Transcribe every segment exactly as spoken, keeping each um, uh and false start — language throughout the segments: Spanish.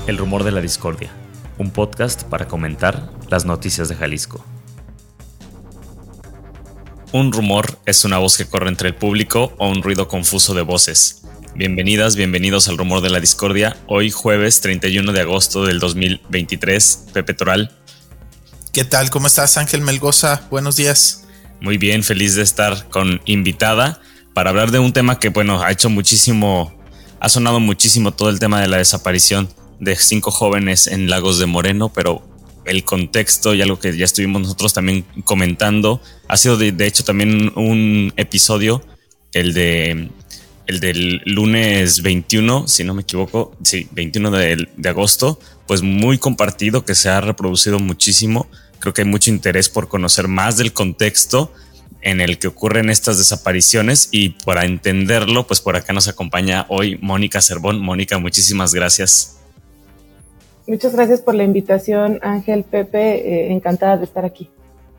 El Rumor de la Discordia, un podcast para comentar las noticias de Jalisco. Un rumor es una voz que corre entre el público o un ruido confuso de voces. Bienvenidas, bienvenidos al Rumor de la Discordia, hoy jueves treinta y uno de agosto del dos mil veintitrés. Pepe Toral. ¿Qué tal? ¿Cómo estás, Ángel Melgoza? Buenos días. Muy bien, feliz de estar con invitada para hablar de un tema que, bueno, ha hecho muchísimo, ha sonado muchísimo todo el tema de la desaparición de cinco jóvenes en Lagos de Moreno, pero el contexto y algo que ya estuvimos nosotros también comentando, ha sido de, de hecho también un episodio, el de el del lunes veintiuno, si no me equivoco, sí, veintiuno de, de agosto, pues muy compartido, que se ha reproducido muchísimo. Creo que hay mucho interés por conocer más del contexto en el que ocurren estas desapariciones, y para entenderlo, pues por acá nos acompaña hoy Mónica Cervón. Mónica, muchísimas gracias. Muchas gracias por la invitación, Ángel, Pepe, eh, encantada de estar aquí.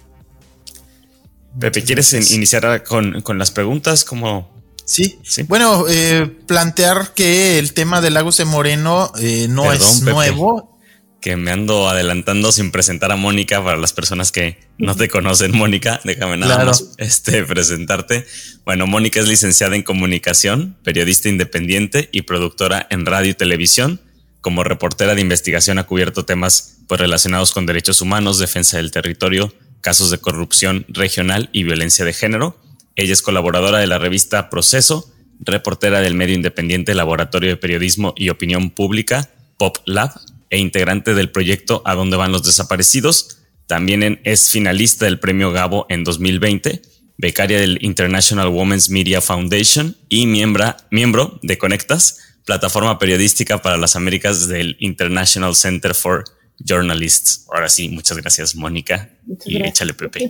Pepe, ¿quieres in- iniciar con, con las preguntas? ¿Cómo? Sí, sí. Bueno, eh, plantear que el tema de Lagos de Moreno eh, no Perdón, es Pepe, nuevo. Que me ando adelantando sin presentar a Mónica para las personas que no te conocen. Mónica, déjame nada Claro. más este, presentarte. Bueno, Mónica es licenciada en comunicación, periodista independiente y productora en radio y televisión. Como reportera de investigación ha cubierto temas pues, relacionados con derechos humanos, defensa del territorio, casos de corrupción regional y violencia de género. Ella es colaboradora de la revista Proceso, reportera del medio independiente Laboratorio de Periodismo y Opinión Pública, Pop Lab, e integrante del proyecto ¿A dónde van los desaparecidos? También es finalista del Premio Gabo en dos mil veinte, becaria del International Women's Media Foundation y miembro, miembro de Conectas, plataforma periodística para las Américas del International Center for Journalists. Ahora sí, muchas gracias, Mónica. Muchas y gracias. Échale, Pepe.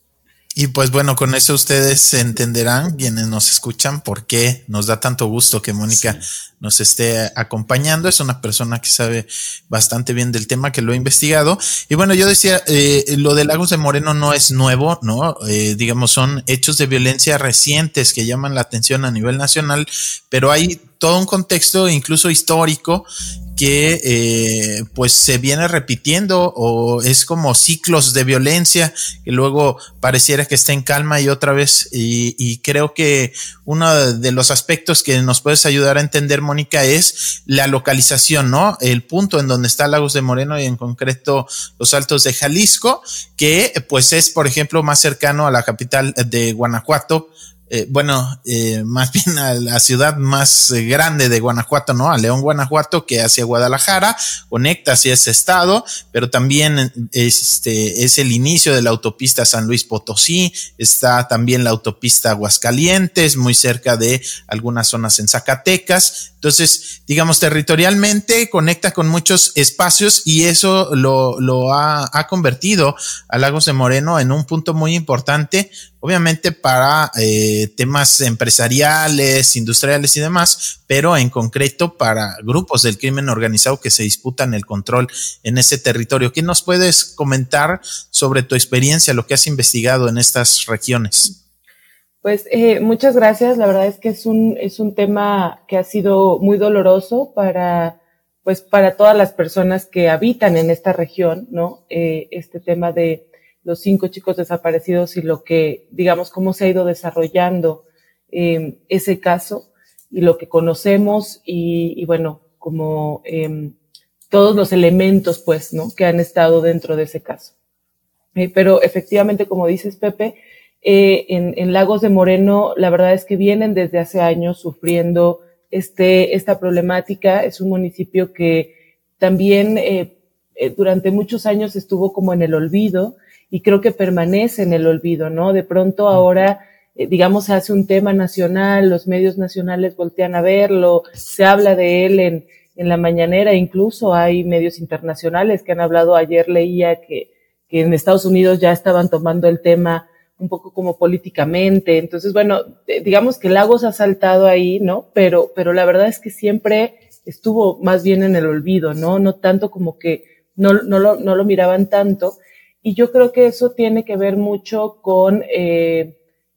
Y pues bueno, con eso ustedes entenderán, quienes nos escuchan, por qué nos da tanto gusto que Mónica sí. nos esté acompañando. Es una persona que sabe bastante bien del tema, que lo ha investigado. Y bueno, yo decía, eh, lo de Lagos de Moreno no es nuevo, ¿no? Eh, digamos, son hechos de violencia recientes que llaman la atención a nivel nacional, pero hay todo un contexto, incluso histórico, que eh, pues se viene repitiendo, o es como ciclos de violencia que luego pareciera que está en calma y otra vez, y, y creo que uno de los aspectos que nos puedes ayudar a entender, Mónica, es la localización, ¿no? El punto en donde está Lagos de Moreno y en concreto los Altos de Jalisco, que pues es, por ejemplo, más cercano a la capital de Guanajuato. Eh, bueno, eh, más bien a la ciudad más eh, grande de Guanajuato, ¿no? A León, Guanajuato, que hacia Guadalajara, conecta hacia ese estado, pero también este, es el inicio de la autopista San Luis Potosí, está también la autopista Aguascalientes, muy cerca de algunas zonas en Zacatecas. Entonces, digamos, territorialmente conecta con muchos espacios, y eso lo, lo ha, ha convertido a Lagos de Moreno en un punto muy importante, obviamente para eh, temas empresariales, industriales y demás, pero en concreto para grupos del crimen organizado que se disputan el control en ese territorio. ¿Qué nos puedes comentar sobre tu experiencia, lo que has investigado en estas regiones? Pues eh, muchas gracias. La verdad es que es un es un tema que ha sido muy doloroso para pues para todas las personas que habitan en esta región, ¿no? Eh, este tema de los cinco chicos desaparecidos y lo que, digamos, cómo se ha ido desarrollando eh, ese caso y lo que conocemos y, y bueno, como eh, todos los elementos, pues, ¿no? que han estado dentro de ese caso. Eh, pero efectivamente, como dices, Pepe, eh, en, en Lagos de Moreno, la verdad es que vienen desde hace años sufriendo este esta problemática. Es un municipio que también eh, eh, durante muchos años estuvo como en el olvido, y creo que permanece en el olvido, ¿no? De pronto ahora, eh, digamos, se hace un tema nacional, los medios nacionales voltean a verlo, se habla de él en, en la mañanera, incluso hay medios internacionales que han hablado. Ayer leía que, que en Estados Unidos ya estaban tomando el tema un poco como políticamente. Entonces, bueno, digamos que Lagos ha saltado ahí, ¿no? Pero, pero la verdad es que siempre estuvo más bien en el olvido, ¿no? No tanto como que no, no lo, no lo miraban tanto. Y yo creo que eso tiene que ver mucho con, eh,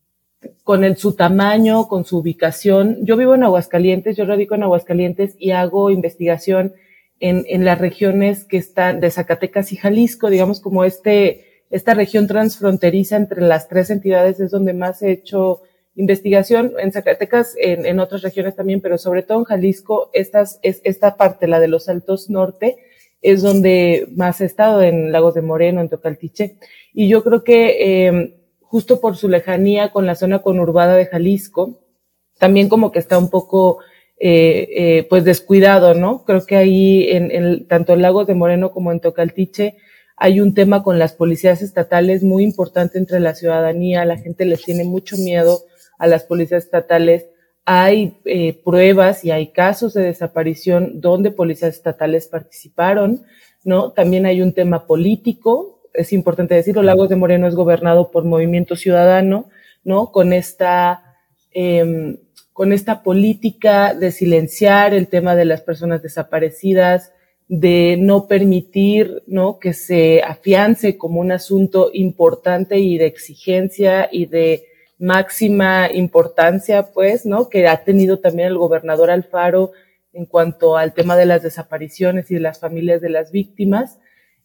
con el, su tamaño, con su ubicación. Yo vivo en Aguascalientes, yo radico en Aguascalientes y hago investigación en, en las regiones que están de Zacatecas y Jalisco, digamos como este, esta región transfronteriza entre las tres entidades es donde más he hecho investigación. En Zacatecas, en, en otras regiones también, pero sobre todo en Jalisco, estas, es, esta parte, la de los Altos Norte, es donde más he estado, en Lagos de Moreno, en Tocaltiche. Y yo creo que eh, justo por su lejanía con la zona conurbada de Jalisco, también como que está un poco eh, eh, pues descuidado, ¿no? Creo que ahí en, en tanto en Lagos de Moreno como en Tocaltiche hay un tema con las policías estatales muy importante entre la ciudadanía. La gente les tiene mucho miedo a las policías estatales. Hay eh, pruebas y hay casos de desaparición donde policías estatales participaron, ¿no? También hay un tema político, es importante decirlo, Lagos de Moreno es gobernado por Movimiento Ciudadano, ¿no? Con esta, eh, con esta política de silenciar el tema de las personas desaparecidas, de no permitir, ¿no? Que se afiance como un asunto importante y de exigencia y de máxima importancia, pues, ¿no? Que ha tenido también el gobernador Alfaro en cuanto al tema de las desapariciones y de las familias de las víctimas,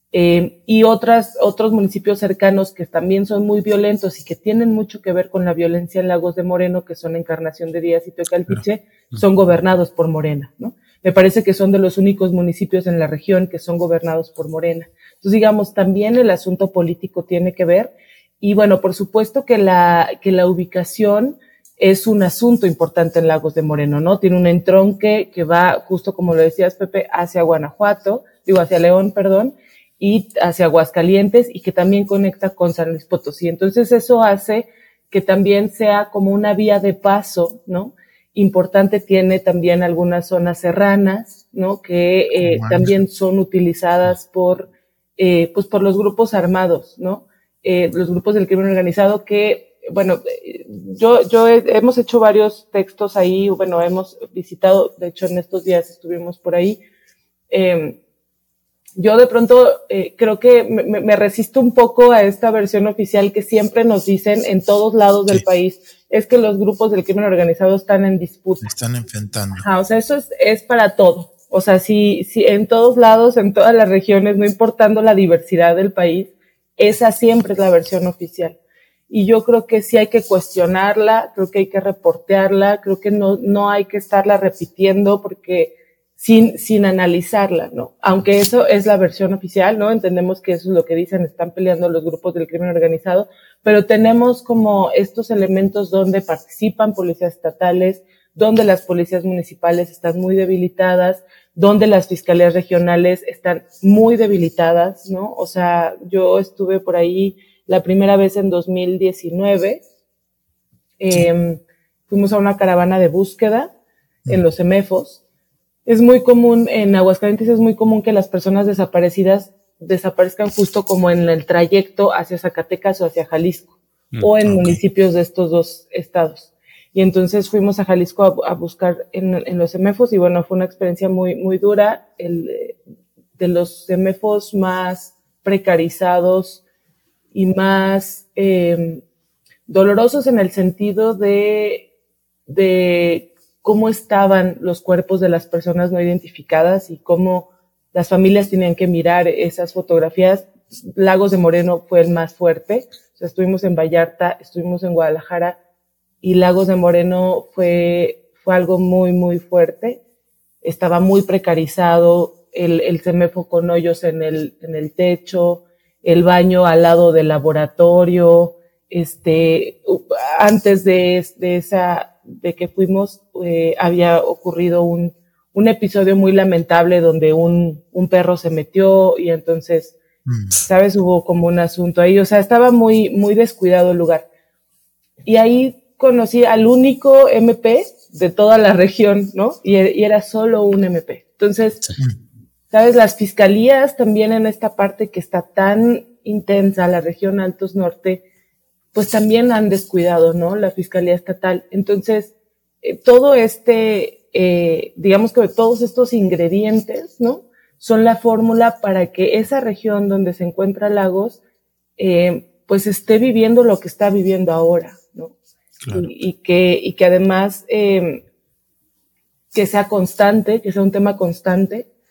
eh, y otras, otros municipios cercanos que también son muy violentos y que tienen mucho que ver con la violencia en Lagos de Moreno, que son Encarnación de Díaz y Tocaltiche, son gobernados por Morena, ¿no? Me parece que son de los únicos municipios en la región que son gobernados por Morena. Entonces, digamos, también el asunto político tiene que ver. Y bueno, por supuesto que la, que la ubicación es un asunto importante en Lagos de Moreno, ¿no? Tiene un entronque que va, justo como lo decías, Pepe, hacia Guanajuato, digo, hacia León, perdón, y hacia Aguascalientes, y que también conecta con San Luis Potosí. Entonces, eso hace que también sea como una vía de paso, ¿no? Importante. Tiene también algunas zonas serranas, ¿no? Que eh, wow. también son utilizadas por, eh, pues por los grupos armados, ¿no? Eh, los grupos del crimen organizado que, bueno, yo, yo he, hemos hecho varios textos ahí, bueno, hemos visitado, de hecho en estos días estuvimos por ahí. Eh, yo de pronto eh, creo que me, me resisto un poco a esta versión oficial que siempre nos dicen en todos lados del sí. país, es que los grupos del crimen organizado están en disputa. Están enfrentando. Ajá, o sea, eso es, es para todo. O sea, si, si en todos lados, en todas las regiones, no importando la diversidad del país, esa siempre es la versión oficial. Y yo creo que sí hay que cuestionarla, creo que hay que reportearla, creo que no, no hay que estarla repitiendo porque sin, sin analizarla, ¿no? Aunque eso es la versión oficial, ¿no? Entendemos que eso es lo que dicen, están peleando los grupos del crimen organizado, pero tenemos como estos elementos donde participan policías estatales, donde las policías municipales están muy debilitadas, donde las fiscalías regionales están muy debilitadas, ¿no? O sea, yo estuve por ahí la primera vez en dos mil diecinueve, eh, fuimos a una caravana de búsqueda en los CEMEFOS. Es muy común, en Aguascalientes es muy común que las personas desaparecidas desaparezcan justo como en el trayecto hacia Zacatecas o hacia Jalisco, mm, o en okay. municipios de estos dos estados. Y entonces fuimos a Jalisco a, a buscar en, en los CEMEFOS y bueno, fue una experiencia muy, muy dura, el, de los CEMEFOS más precarizados y más eh, dolorosos en el sentido de, de cómo estaban los cuerpos de las personas no identificadas y cómo las familias tenían que mirar esas fotografías. Lagos de Moreno fue el más fuerte. O sea, estuvimos en Vallarta, estuvimos en Guadalajara y Lagos de Moreno fue, fue algo muy, muy fuerte. Estaba muy precarizado, el, el CEMEFO con hoyos en el, en el techo, el baño al lado del laboratorio, este, antes de, de esa, de que fuimos, eh, había ocurrido un, un episodio muy lamentable donde un, un perro se metió y entonces, mm. ¿sabes? Hubo como un asunto ahí, o sea, estaba muy, muy descuidado el lugar. Y ahí conocí al único M P de toda la región, ¿no? Y, y era solo un M P. Entonces, sí. ¿sabes? Las fiscalías también en esta parte que está tan intensa, la región Altos Norte, pues también han descuidado, ¿no? La Fiscalía Estatal. Entonces, eh, todo este, eh, digamos que todos estos ingredientes, ¿no? Son la fórmula para que esa región donde se encuentra Lagos, eh, pues esté viviendo lo que está viviendo ahora, ¿no? Claro. Y, y que, y que además, eh, que sea constante, que sea un tema constante.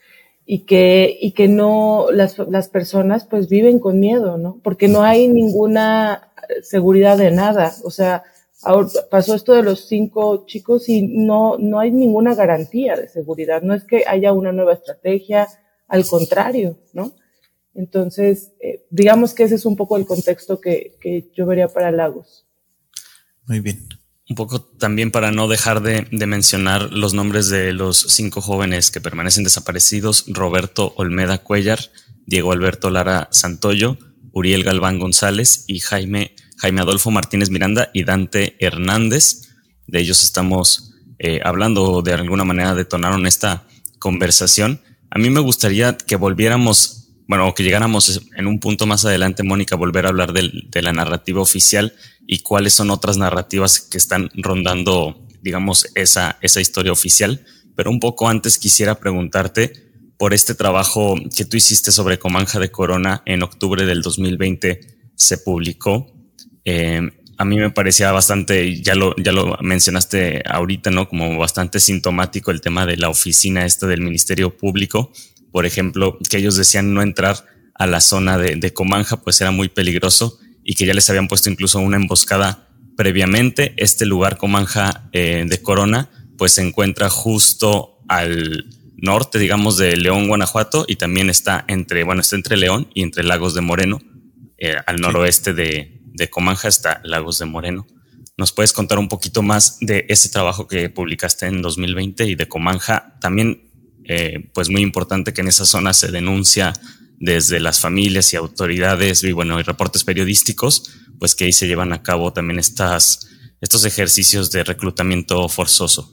y que, y que no, las, las personas pues viven con miedo, ¿no? Porque no hay ninguna seguridad de nada. O sea, ahora pasó esto de los cinco chicos y no, no hay ninguna garantía de seguridad. No es que haya una nueva estrategia, al contrario, ¿no? Entonces, eh, digamos que ese es un poco el contexto que, que yo vería para Lagos. Muy bien. Un poco también para no dejar de, de mencionar los nombres de los cinco jóvenes que permanecen desaparecidos: Roberto Olmeda Cuellar, Diego Alberto Lara Santoyo, Uriel Galván González y Jaime, Jaime Adolfo Martínez Miranda y Dante Hernández. De ellos estamos eh, hablando, de alguna manera detonaron esta conversación. A mí me gustaría que volviéramos, bueno, que llegáramos en un punto más adelante, Mónica, volver a hablar de, de la narrativa oficial y cuáles son otras narrativas que están rondando, digamos, esa, esa historia oficial. Pero un poco antes quisiera preguntarte por este trabajo que tú hiciste sobre Comanja de Corona. En octubre del dos mil veinte se publicó. Eh, a mí me parecía bastante, ya lo, ya lo mencionaste ahorita, ¿no? Como bastante sintomático el tema de la oficina esta del Ministerio Público. Por ejemplo, que ellos decían no entrar a la zona de, de Comanja, pues era muy peligroso, y que ya les habían puesto incluso una emboscada previamente. Este lugar, Comanja eh, de Corona, pues se encuentra justo al norte, digamos, de León, Guanajuato, y también está entre, bueno, está entre León y entre Lagos de Moreno. Eh, al noroeste de, de Comanja está Lagos de Moreno. ¿Nos puedes contar un poquito más de ese trabajo que publicaste en dos mil veinte y de Comanja? También, eh, pues muy importante que en esa zona se denuncia desde las familias y autoridades y bueno, y reportes periodísticos, pues que ahí se llevan a cabo también estas, estos ejercicios de reclutamiento forzoso.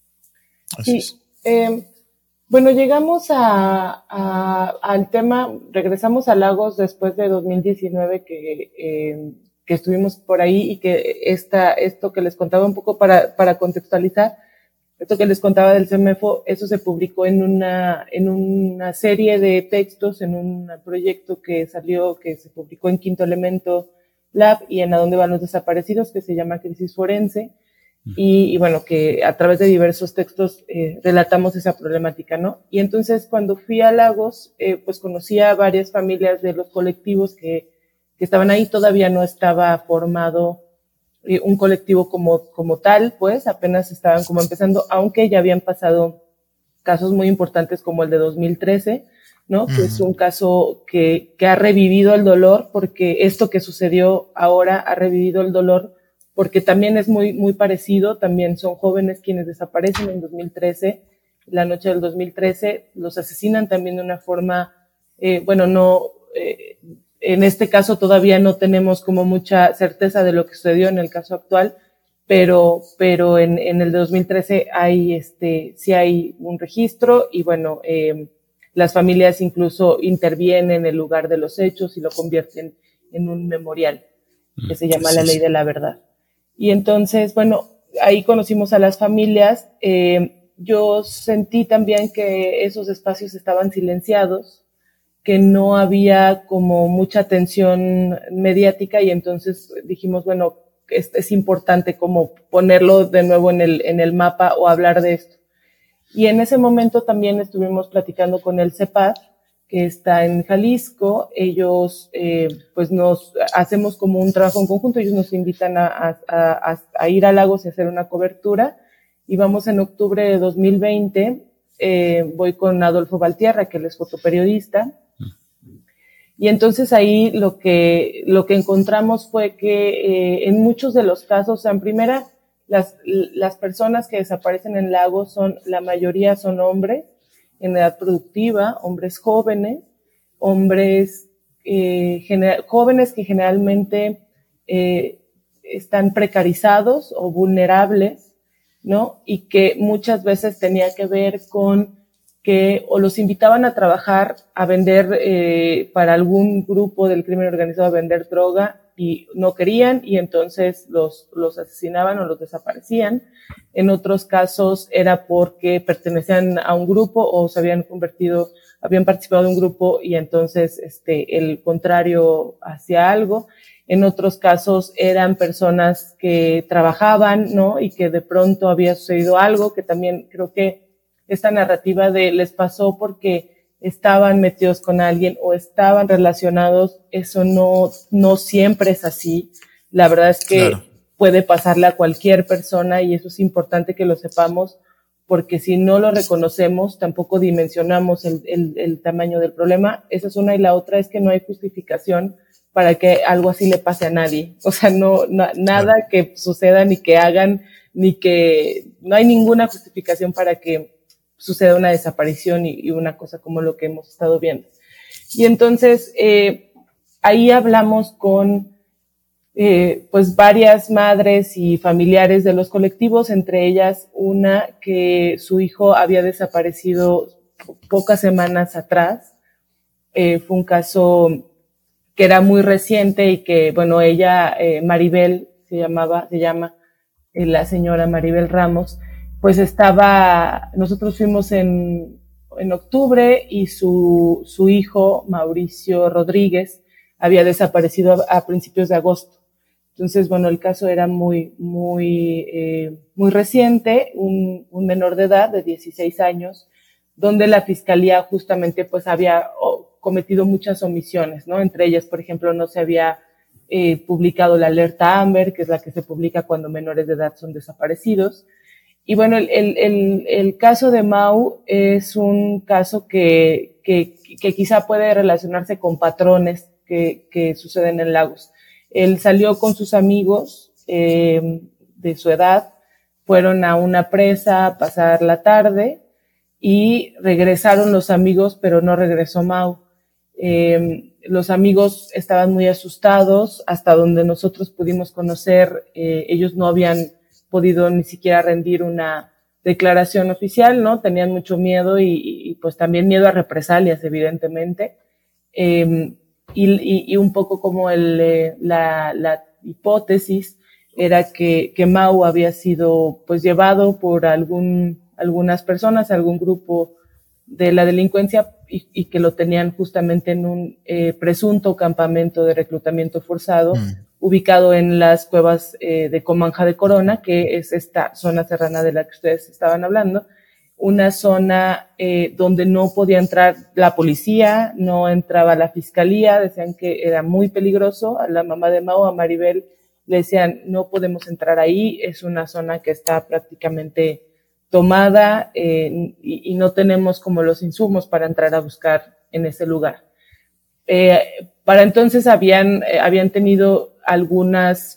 Sí, eh, bueno, llegamos a, a, al tema, regresamos a Lagos después de dos mil diecinueve que, eh, que estuvimos por ahí, y que esta, esto que les contaba un poco para, para contextualizar, esto que les contaba del CEMEFO, eso se publicó en una, en una serie de textos, en un proyecto que salió, que se publicó en Quinto Elemento Lab y en A Dónde Van los Desaparecidos, que se llama Crisis Forense. Y, y bueno, que a través de diversos textos eh, relatamos esa problemática, ¿no? Y entonces cuando fui a Lagos, eh, pues conocí a varias familias de los colectivos que, que estaban ahí. Todavía no estaba formado eh, un colectivo como, como tal, pues apenas estaban como empezando, aunque ya habían pasado casos muy importantes como el de dos mil trece, ¿no? Uh-huh. Que es un caso que, que ha revivido el dolor, porque esto que sucedió ahora ha revivido el dolor, porque también es muy, muy parecido. También son jóvenes quienes desaparecen en dos mil trece, la noche del dos mil trece, los asesinan también de una forma, eh, bueno, no, eh, en este caso todavía no tenemos como mucha certeza de lo que sucedió en el caso actual, pero, pero en, en el de dos mil trece hay, este, sí hay un registro, y bueno, eh, las familias incluso intervienen en el lugar de los hechos y lo convierten en un memorial que se llama La Ley de la Verdad. Y entonces, bueno, ahí conocimos a las familias. Eh, yo sentí también que esos espacios estaban silenciados, que no había como mucha atención mediática, y entonces dijimos, bueno, es, es importante como ponerlo de nuevo en el, en el mapa o hablar de esto. Y en ese momento también estuvimos platicando con el CEPAD, que está en Jalisco. Ellos, eh, pues nos hacemos como un trabajo en conjunto. Ellos nos invitan a, a, a, a ir a Lagos y hacer una cobertura. Y vamos en octubre de dos mil veinte. Eh, voy con Adolfo Valtierra, que él es fotoperiodista. Y entonces ahí lo que, lo que encontramos fue que eh, en muchos de los casos, en primera, las, las personas que desaparecen en Lagos son, la mayoría son hombres en edad productiva, hombres jóvenes, hombres eh, gener- jóvenes que generalmente eh, están precarizados o vulnerables, ¿no? Y que muchas veces tenía que ver con que o los invitaban a trabajar, a vender eh, para algún grupo del crimen organizado, a vender droga, y no querían, y entonces los, los asesinaban o los desaparecían. En otros casos era porque pertenecían a un grupo o se habían convertido, habían participado de un grupo y entonces este, el contrario hacía algo. En otros casos eran personas que trabajaban, ¿no? Y que de pronto había sucedido algo, que también creo que esta narrativa de les pasó porque estaban metidos con alguien o estaban relacionados, eso no, no siempre es así. La verdad es que claro. puede pasarle a cualquier persona y eso es importante que lo sepamos, porque si no lo reconocemos, tampoco dimensionamos el, el, el tamaño del problema. Esa es una, y la otra es que no hay justificación para que algo así le pase a nadie. O sea, no, no nada claro. que suceda, ni que hagan, ni que, no hay ninguna justificación para que suceda una desaparición y, y una cosa como lo que hemos estado viendo. Y entonces, eh, ahí hablamos con Eh, pues varias madres y familiares de los colectivos, entre ellas una que su hijo había desaparecido pocas semanas atrás. Eh, fue un caso que era muy reciente y que, bueno, ella, eh, Maribel, se llamaba, se llama eh, la señora Maribel Ramos, pues estaba, nosotros fuimos en, en octubre y su, su hijo, Mauricio Rodríguez, había desaparecido a, a principios de agosto. Entonces, bueno, el caso era muy, muy, eh, muy reciente, un, un menor de edad de dieciséis años, donde la fiscalía justamente pues había oh, cometido muchas omisiones, ¿no? Entre ellas, por ejemplo, no se había eh, publicado la alerta Amber, que es la que se publica cuando menores de edad son desaparecidos. Y bueno, el, el, el, el caso de Mau es un caso que, que, que quizá puede relacionarse con patrones que, que suceden en Lagos. Él salió con sus amigos eh, de su edad, fueron a una presa a pasar la tarde y regresaron los amigos, pero no regresó Mau. Eh, los amigos estaban muy asustados, hasta donde nosotros pudimos conocer, eh, ellos no habían podido ni siquiera rendir una declaración oficial, ¿no? Tenían mucho miedo y, y pues también miedo a represalias, evidentemente. Eh, Y, y, y un poco como el, eh, la, la hipótesis era que, que Mau había sido pues llevado por algún, algunas personas, algún grupo de la delincuencia y, y que lo tenían justamente en un eh, presunto campamento de reclutamiento forzado mm. ubicado en las cuevas eh, de Comanja de Corona, que es esta zona serrana de la que ustedes estaban hablando. Una zona eh, donde no podía entrar la policía, no entraba la fiscalía, decían que era muy peligroso. A la mamá de Mau, a Maribel, le decían, no podemos entrar ahí, es una zona que está prácticamente tomada eh, y, y no tenemos como los insumos para entrar a buscar en ese lugar. Eh, para entonces habían, eh, habían tenido algunas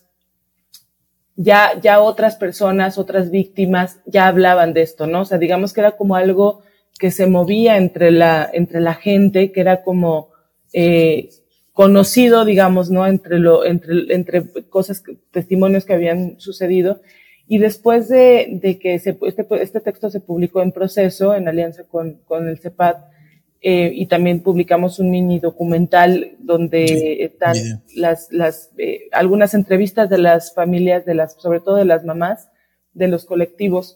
Ya, ya otras personas, otras víctimas, ya hablaban de esto, ¿no? O sea, digamos que era como algo que se movía entre la, entre la gente, que era como, eh, conocido, digamos, ¿no? Entre lo, entre, entre cosas, testimonios que habían sucedido. Y después de, de que se, este, este texto se publicó en Proceso, en alianza con, con el CEPAD, Eh, y también publicamos un mini documental donde sí, están yeah. las, las, eh, algunas entrevistas de las familias, de las, sobre todo de las mamás de los colectivos.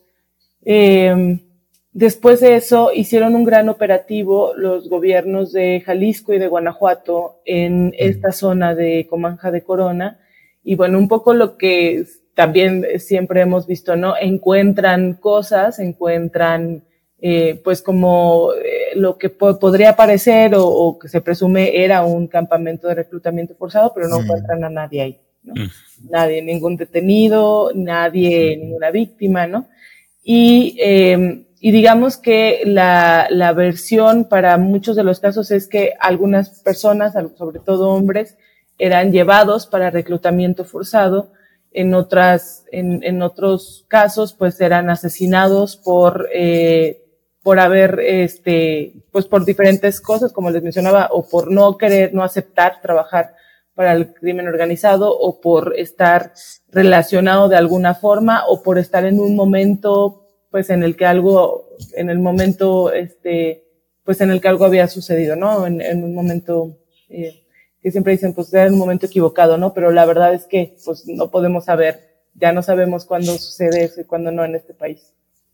Eh, después de eso hicieron un gran operativo los gobiernos de Jalisco y de Guanajuato en mm. esta zona de Comanja de Corona. Y bueno, un poco lo que también siempre hemos visto, ¿no? Encuentran cosas, encuentran Eh, pues como eh, lo que po- podría parecer o, o que se presume era un campamento de reclutamiento forzado, pero no mm. encuentran a nadie ahí, ¿no? Mm. Nadie, ningún detenido, nadie, mm. ninguna víctima, ¿no? Y, eh, y digamos que la, la versión para muchos de los casos es que algunas personas, sobre todo hombres, eran llevados para reclutamiento forzado. En otras, en, en otros casos, pues eran asesinados por, eh, por haber, este, pues por diferentes cosas, como les mencionaba, o por no querer, no aceptar trabajar para el crimen organizado, o por estar relacionado de alguna forma, o por estar en un momento, pues en el que algo, en el momento, este, pues en el que algo había sucedido, ¿no? En, en un momento, eh, que siempre dicen, pues era en un momento equivocado, ¿no? Pero la verdad es que, pues no podemos saber, ya no sabemos cuándo sucede eso y cuándo no en este país.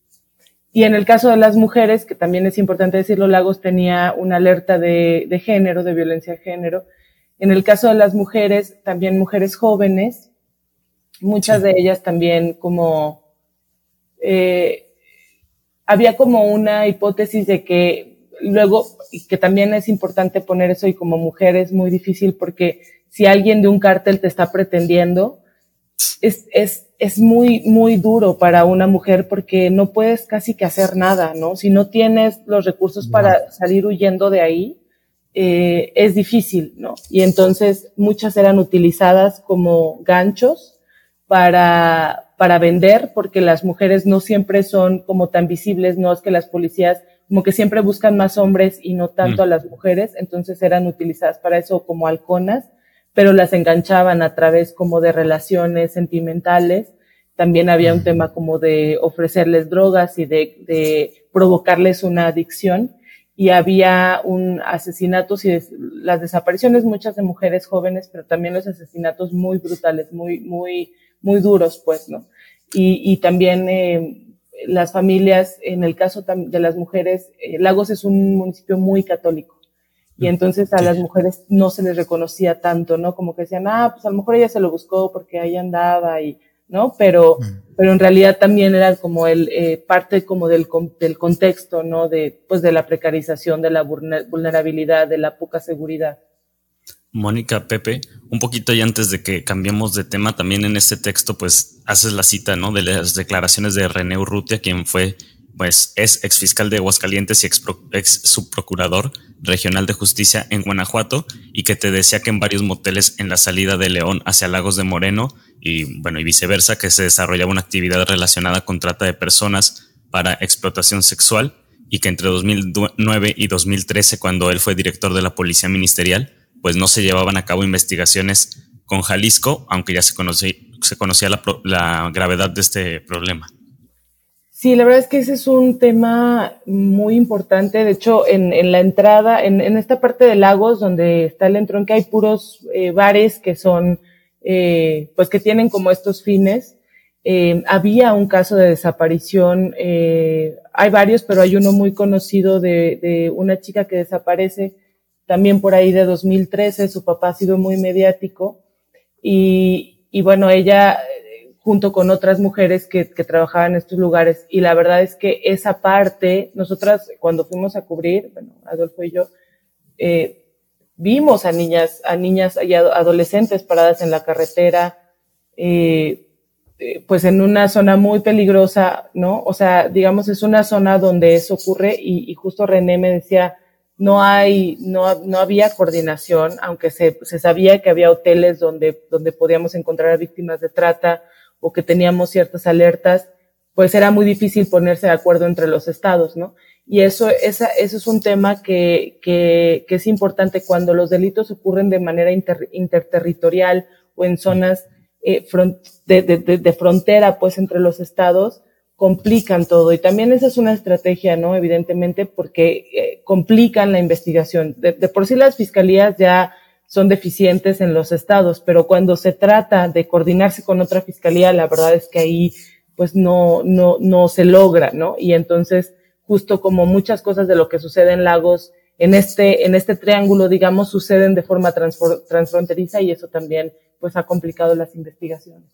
Y en el caso de las mujeres, que también es importante decirlo, Lagos tenía una alerta de, de género, de violencia de género. En el caso de las mujeres, también mujeres jóvenes, muchas sí. de ellas también como, eh, había como una hipótesis de que luego, y que también es importante poner eso, y como mujer es muy difícil porque si alguien de un cártel te está pretendiendo, es, es, es muy, muy duro para una mujer porque no puedes casi que hacer nada, ¿no? Si no tienes los recursos no. para salir huyendo de ahí, eh, es difícil, ¿no? Y entonces muchas eran utilizadas como ganchos para, para vender, porque las mujeres no siempre son como tan visibles, no es que las policías como que siempre buscan más hombres y no tanto mm. a las mujeres, entonces eran utilizadas para eso como halconas, pero las enganchaban a través como de relaciones sentimentales. También había un tema como de ofrecerles drogas y de, de provocarles una adicción, y había un asesinatos y des, las desapariciones muchas de mujeres jóvenes, pero también los asesinatos muy brutales, muy, muy, muy duros, pues, ¿no? Y, y también, eh, las familias, en el caso de las mujeres, eh, Lagos es un municipio muy católico. Y entonces a sí. las mujeres no se les reconocía tanto, ¿no? Como que decían, ah, pues a lo mejor ella se lo buscó porque ahí andaba y, ¿no? Pero, mm. pero en realidad también era como el, eh, parte como del, del contexto, ¿no? De, pues de la precarización, de la vulnerabilidad, de la poca seguridad. Mónica, Pepe, un poquito ya antes de que cambiemos de tema, también en este texto, pues, haces la cita, ¿no? De las declaraciones de René Urrutia, quien fue, pues, es ex fiscal de Aguascalientes y ex, ex subprocurador regional de justicia en Guanajuato, y que te decía que en varios moteles en la salida de León hacia Lagos de Moreno y bueno y viceversa, que se desarrollaba una actividad relacionada con trata de personas para explotación sexual, y que entre dos mil nueve y dos mil trece, cuando él fue director de la Policía Ministerial, pues no se llevaban a cabo investigaciones con Jalisco, aunque ya se conocía, se conocía la, la gravedad de este problema. Sí, la verdad es que ese es un tema muy importante. De hecho, en, en la entrada, en, en esta parte de Lagos, donde está el entronque, hay puros eh, bares que son, eh, pues que tienen como estos fines. Eh, había un caso de desaparición, eh, hay varios, pero hay uno muy conocido de, de una chica que desaparece también por ahí de dos mil trece. Su papá ha sido muy mediático y, y bueno, ella junto con otras mujeres que, que trabajaban en estos lugares, y la verdad es que esa parte, nosotras cuando fuimos a cubrir, bueno, Adolfo y yo, eh, vimos a niñas, a niñas y adolescentes paradas en la carretera, eh, eh, pues en una zona muy peligrosa, ¿no? O sea, digamos, es una zona donde eso ocurre, y, y justo René me decía, no hay, no, no había coordinación, aunque se, se sabía que había hoteles donde, donde podíamos encontrar a víctimas de trata, o que teníamos ciertas alertas, pues era muy difícil ponerse de acuerdo entre los estados, ¿no? Y eso, esa, eso es un tema que, que, que es importante cuando los delitos ocurren de manera inter, interterritorial o en zonas eh, front, de, de, de, de frontera, pues, entre los estados, complican todo. Y también esa es una estrategia, ¿no? Evidentemente, porque eh, complican la investigación. De, de por sí las fiscalías ya son deficientes en los estados, pero cuando se trata de coordinarse con otra fiscalía, la verdad es que ahí pues no, no, no se logra, ¿no? Y entonces, justo como muchas cosas de lo que sucede en Lagos, en este, en este triángulo, digamos, suceden de forma transfronteriza, y eso también pues ha complicado las investigaciones.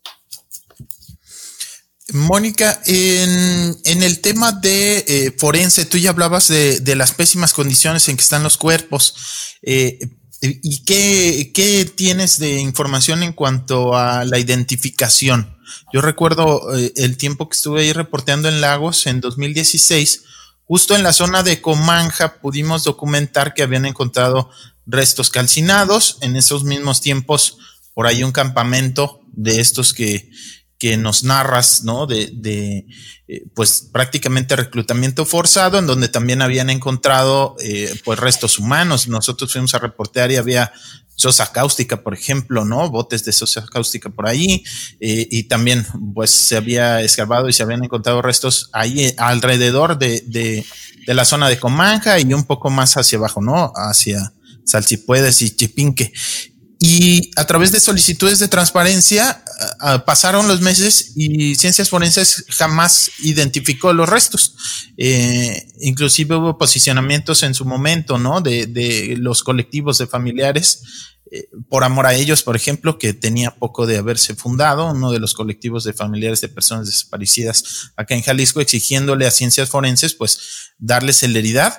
Mónica, en, en el tema de eh, forense, tú ya hablabas de, de las pésimas condiciones en que están los cuerpos. Eh, ¿Y qué, qué tienes de información en cuanto a la identificación? Yo recuerdo eh, el tiempo que estuve ahí reporteando en Lagos en dos mil dieciséis, justo en la zona de Comanja pudimos documentar que habían encontrado restos calcinados. En esos mismos tiempos, por ahí un campamento de estos que, que nos narras, ¿no? De, de eh, pues prácticamente reclutamiento forzado, en donde también habían encontrado eh, pues restos humanos. Nosotros fuimos a reportear y había sosa cáustica, por ejemplo, ¿no? Botes de sosa cáustica por ahí, eh, y también pues se había escarbado y se habían encontrado restos ahí alrededor de, de, de la zona de Comanja y un poco más hacia abajo, ¿no? Hacia Salsipuedes y Chipinque. Y a través de solicitudes de transparencia uh, pasaron los meses y Ciencias Forenses jamás identificó los restos. Eh, inclusive hubo posicionamientos en su momento, ¿no? De, de los colectivos de familiares, eh, por amor a ellos, por ejemplo, que tenía poco de haberse fundado, uno de los colectivos de familiares de personas desaparecidas acá en Jalisco, exigiéndole a Ciencias Forenses, pues, darle celeridad.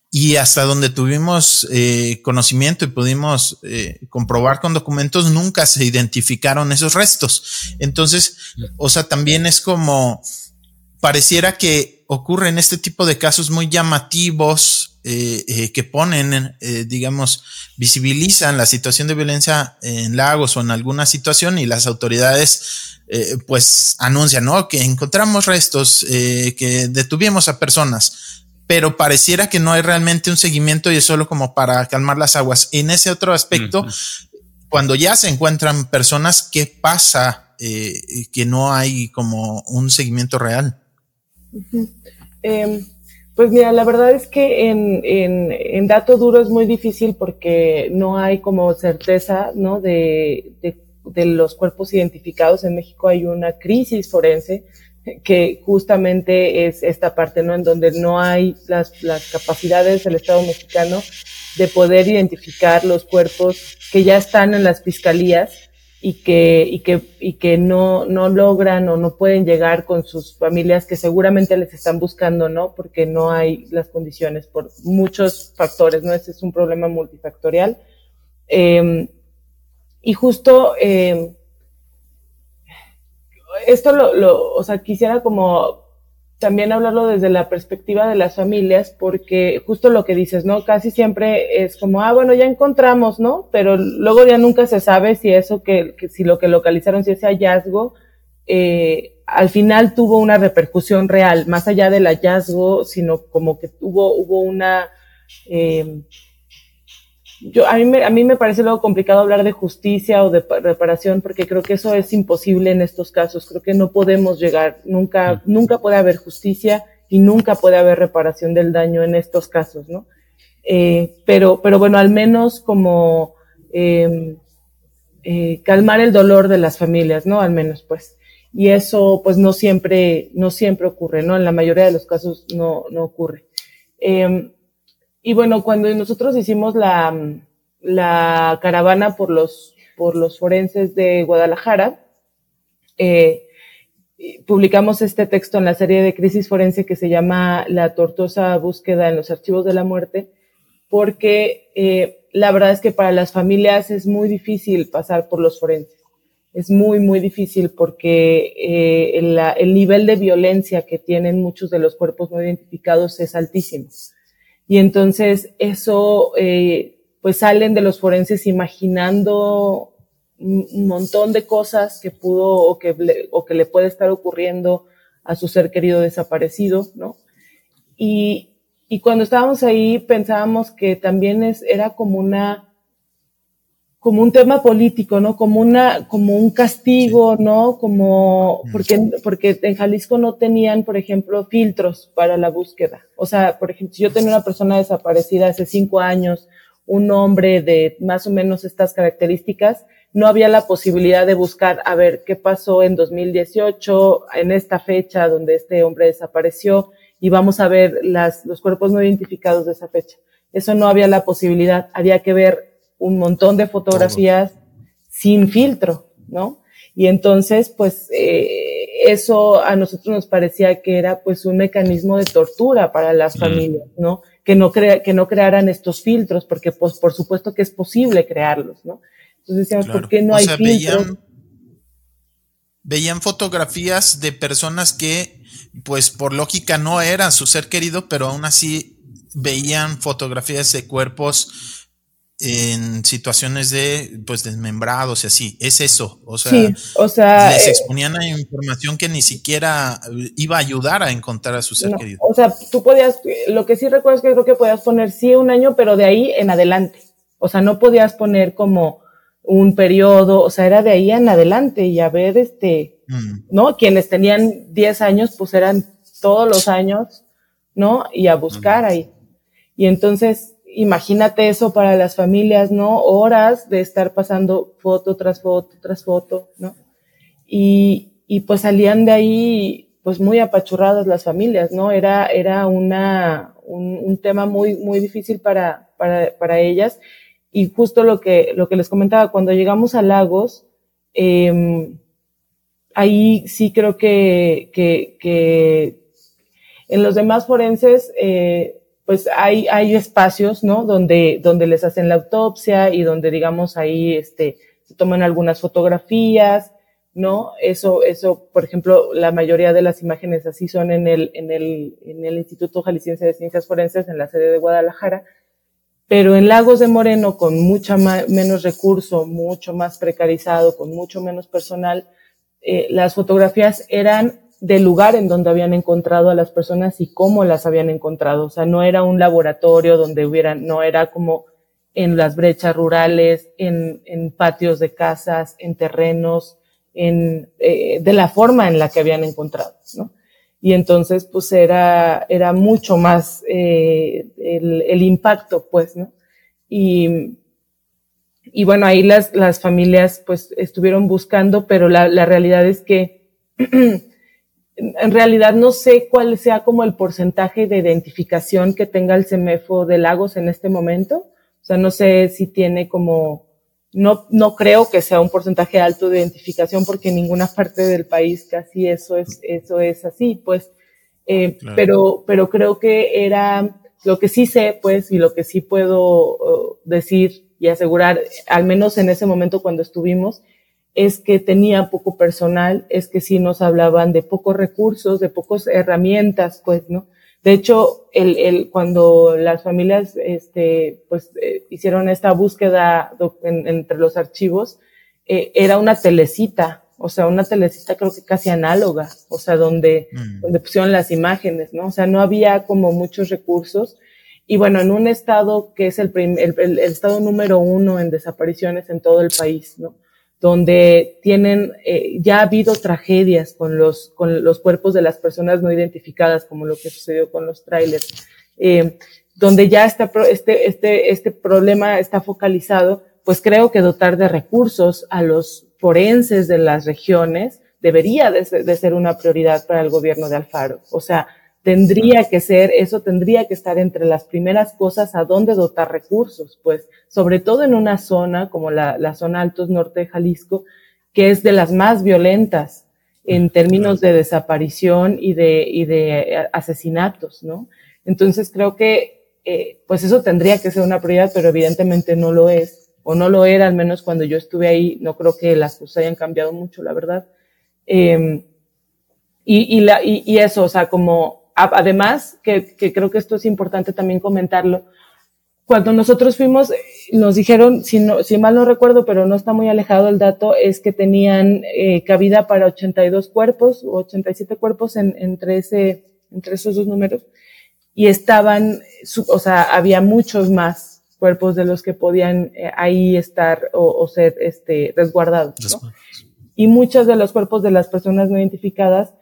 y hasta donde tuvimos eh, conocimiento y pudimos eh, comprobar con documentos, nunca se identificaron esos restos. Entonces, o sea, también es como, pareciera que ocurren este tipo de casos muy llamativos, eh, eh, que ponen, eh, digamos, visibilizan la situación de violencia en Lagos o en alguna situación, y las autoridades eh, pues anuncian, ¿no?, que encontramos restos, eh, que detuvimos a personas, pero pareciera que no hay realmente un seguimiento y es solo como para calmar las aguas. En ese otro aspecto, uh-huh. cuando ya se encuentran personas, ¿qué pasa? Eh, que no hay como un seguimiento real. Uh-huh. Eh, pues mira, la verdad es que en, en, en dato duro es muy difícil porque no hay como certeza, ¿no?, de, de, de los cuerpos identificados. En México hay una crisis forense que justamente es esta parte, ¿no?, en donde no hay las, las capacidades del Estado mexicano de poder identificar los cuerpos que ya están en las fiscalías y que, y que, y que no, no logran o no pueden llegar con sus familias que seguramente les están buscando, ¿no?, porque no hay las condiciones por muchos factores, ¿no? Ese es un problema multifactorial. Eh, y justo, eh, esto lo, lo, o sea, quisiera como también hablarlo desde la perspectiva de las familias, porque justo lo que dices, ¿no?, casi siempre es como, ah, bueno, ya encontramos, ¿no?, pero luego ya nunca se sabe si eso que, que si lo que localizaron, si ese hallazgo, eh, al final tuvo una repercusión real, más allá del hallazgo, sino como que hubo, hubo una, eh, Yo, a mí me, a mí me parece luego complicado hablar de justicia o de reparación, porque creo que eso es imposible en estos casos. Creo que no podemos llegar, nunca, nunca puede haber justicia y nunca puede haber reparación del daño en estos casos, ¿no? Eh, pero, pero bueno, al menos como, eh, eh, calmar el dolor de las familias, ¿no? Al menos, pues. Y eso, pues, no siempre, no siempre ocurre, ¿no? En la mayoría de los casos no, no ocurre. Eh, Y bueno, cuando nosotros hicimos la, la caravana por los, por los forenses de Guadalajara, eh, publicamos este texto en la serie de Crisis Forense que se llama La tortuosa búsqueda en los archivos de la muerte, porque eh, la verdad es que para las familias es muy difícil pasar por los forenses. Es muy, muy difícil porque eh, el, el nivel de violencia que tienen muchos de los cuerpos no identificados es altísimo. Y entonces eso, eh, pues salen de los forenses imaginando un, un montón de cosas que pudo o que, le, o que le puede estar ocurriendo a su ser querido desaparecido, ¿no? Y, y cuando estábamos ahí pensábamos que también es, era como una, como un tema político, ¿no? Como una, como un castigo, sí. ¿no? Como, porque, porque en Jalisco no tenían, por ejemplo, filtros para la búsqueda. O sea, por ejemplo, si yo tenía una persona desaparecida hace cinco años, un hombre de más o menos estas características, no había la posibilidad de buscar, a ver, qué pasó en dos mil dieciocho, en esta fecha donde este hombre desapareció, y vamos a ver las, los cuerpos no identificados de esa fecha. Eso no había la posibilidad, había que ver un montón de fotografías Todo. sin filtro, ¿no? Y entonces, pues, eh, eso a nosotros nos parecía que era, pues, un mecanismo de tortura para las mm. familias, ¿no? Que no crea, que no crearan estos filtros, porque, pues, por supuesto que es posible crearlos, ¿no? Entonces decíamos, claro. ¿por qué no o hay sea, filtros? Veían, veían fotografías de personas que, pues, por lógica no eran su ser querido, pero aún así veían fotografías de cuerpos en situaciones de, pues, desmembrados y así, es eso, o sea, sí, o sea les exponían a información que ni siquiera iba a ayudar a encontrar a su ser no, querido. O sea, tú podías, lo que sí recuerdo es que creo que podías poner sí un año, pero de ahí en adelante, o sea, no podías poner como un periodo, o sea, era de ahí en adelante y a ver, este, mm. ¿no? Quienes tenían diez años, pues eran todos los años, ¿no? Y a buscar mm. ahí. Y entonces, imagínate eso para las familias, ¿no? Horas de estar pasando foto tras foto tras foto, ¿no? Y, y pues salían de ahí, pues muy apachurradas las familias, ¿no? Era, era una, un, un tema muy, muy difícil para, para, para ellas. Y justo lo que, lo que les comentaba, cuando llegamos a Lagos, eh, ahí sí creo que, que, que en los demás forenses, eh, pues hay, hay espacios, ¿no? Donde, donde les hacen la autopsia y donde, digamos, ahí, este, se toman algunas fotografías, ¿no? Eso, eso, por ejemplo, la mayoría de las imágenes así son en el, en el, en el Instituto Jalisciense de Ciencias Forenses, en la sede de Guadalajara. Pero en Lagos de Moreno, con mucha más, menos recurso, mucho más precarizado, con mucho menos personal, eh, las fotografías eran del lugar en donde habían encontrado a las personas y cómo las habían encontrado. O sea, no era un laboratorio donde hubieran, no era como en las brechas rurales, en, en patios de casas, en terrenos, en, eh, de la forma en la que habían encontrado, ¿no? Y entonces, pues era, era mucho más, eh, el, el impacto, pues, ¿no? Y, y bueno, ahí las, las familias, pues, estuvieron buscando, pero la, la realidad es que, en realidad no sé cuál sea como el porcentaje de identificación que tenga el CEMEFO de Lagos en este momento. O sea, no sé si tiene como, no, no creo que sea un porcentaje alto de identificación porque en ninguna parte del país casi eso es, eso es así, pues. Eh, claro. pero, pero creo que era, lo que sí sé, pues, y lo que sí puedo uh, decir y asegurar, al menos en ese momento cuando estuvimos, es que tenía poco personal, es que sí nos hablaban de pocos recursos, de pocas herramientas, pues, ¿no? De hecho, el, el, cuando las familias, este, pues, eh, hicieron esta búsqueda en, entre los archivos, eh, era una telecita, o sea, una telecita creo que casi análoga, o sea, donde, mm. donde pusieron las imágenes, ¿no? O sea, no había como muchos recursos. Y bueno, en un estado que es el, prim, el, el, el estado número uno en desapariciones en todo el país, ¿no? Donde tienen, eh, ya ha habido tragedias con los, con los cuerpos de las personas no identificadas, como lo que sucedió con los trailers, eh, donde ya está, este, este, este problema está focalizado, pues creo que dotar de recursos a los forenses de las regiones debería de ser, de ser una prioridad para el gobierno de Alfaro. O sea, tendría que ser, eso tendría que estar entre las primeras cosas a dónde dotar recursos, pues, sobre todo en una zona como la, la zona Altos Norte de Jalisco, que es de las más violentas en términos de desaparición y de, y de asesinatos, ¿no? Entonces creo que, eh, pues eso tendría que ser una prioridad, pero evidentemente no lo es, o no lo era, al menos cuando yo estuve ahí, no creo que las cosas hayan cambiado mucho, la verdad. Eh, y, y, la, y, y eso, o sea, como, además, que, que creo que esto es importante también comentarlo, cuando nosotros fuimos, nos dijeron, si, no, si mal no recuerdo, pero no está muy alejado el dato, es que tenían eh, cabida para ochenta y dos cuerpos o ochenta y siete cuerpos en, entre, ese, entre esos dos números, y estaban, o sea, había muchos más cuerpos de los que podían eh, ahí estar o, o ser este, resguardados, ¿no? Y muchos de los cuerpos de las personas no identificadas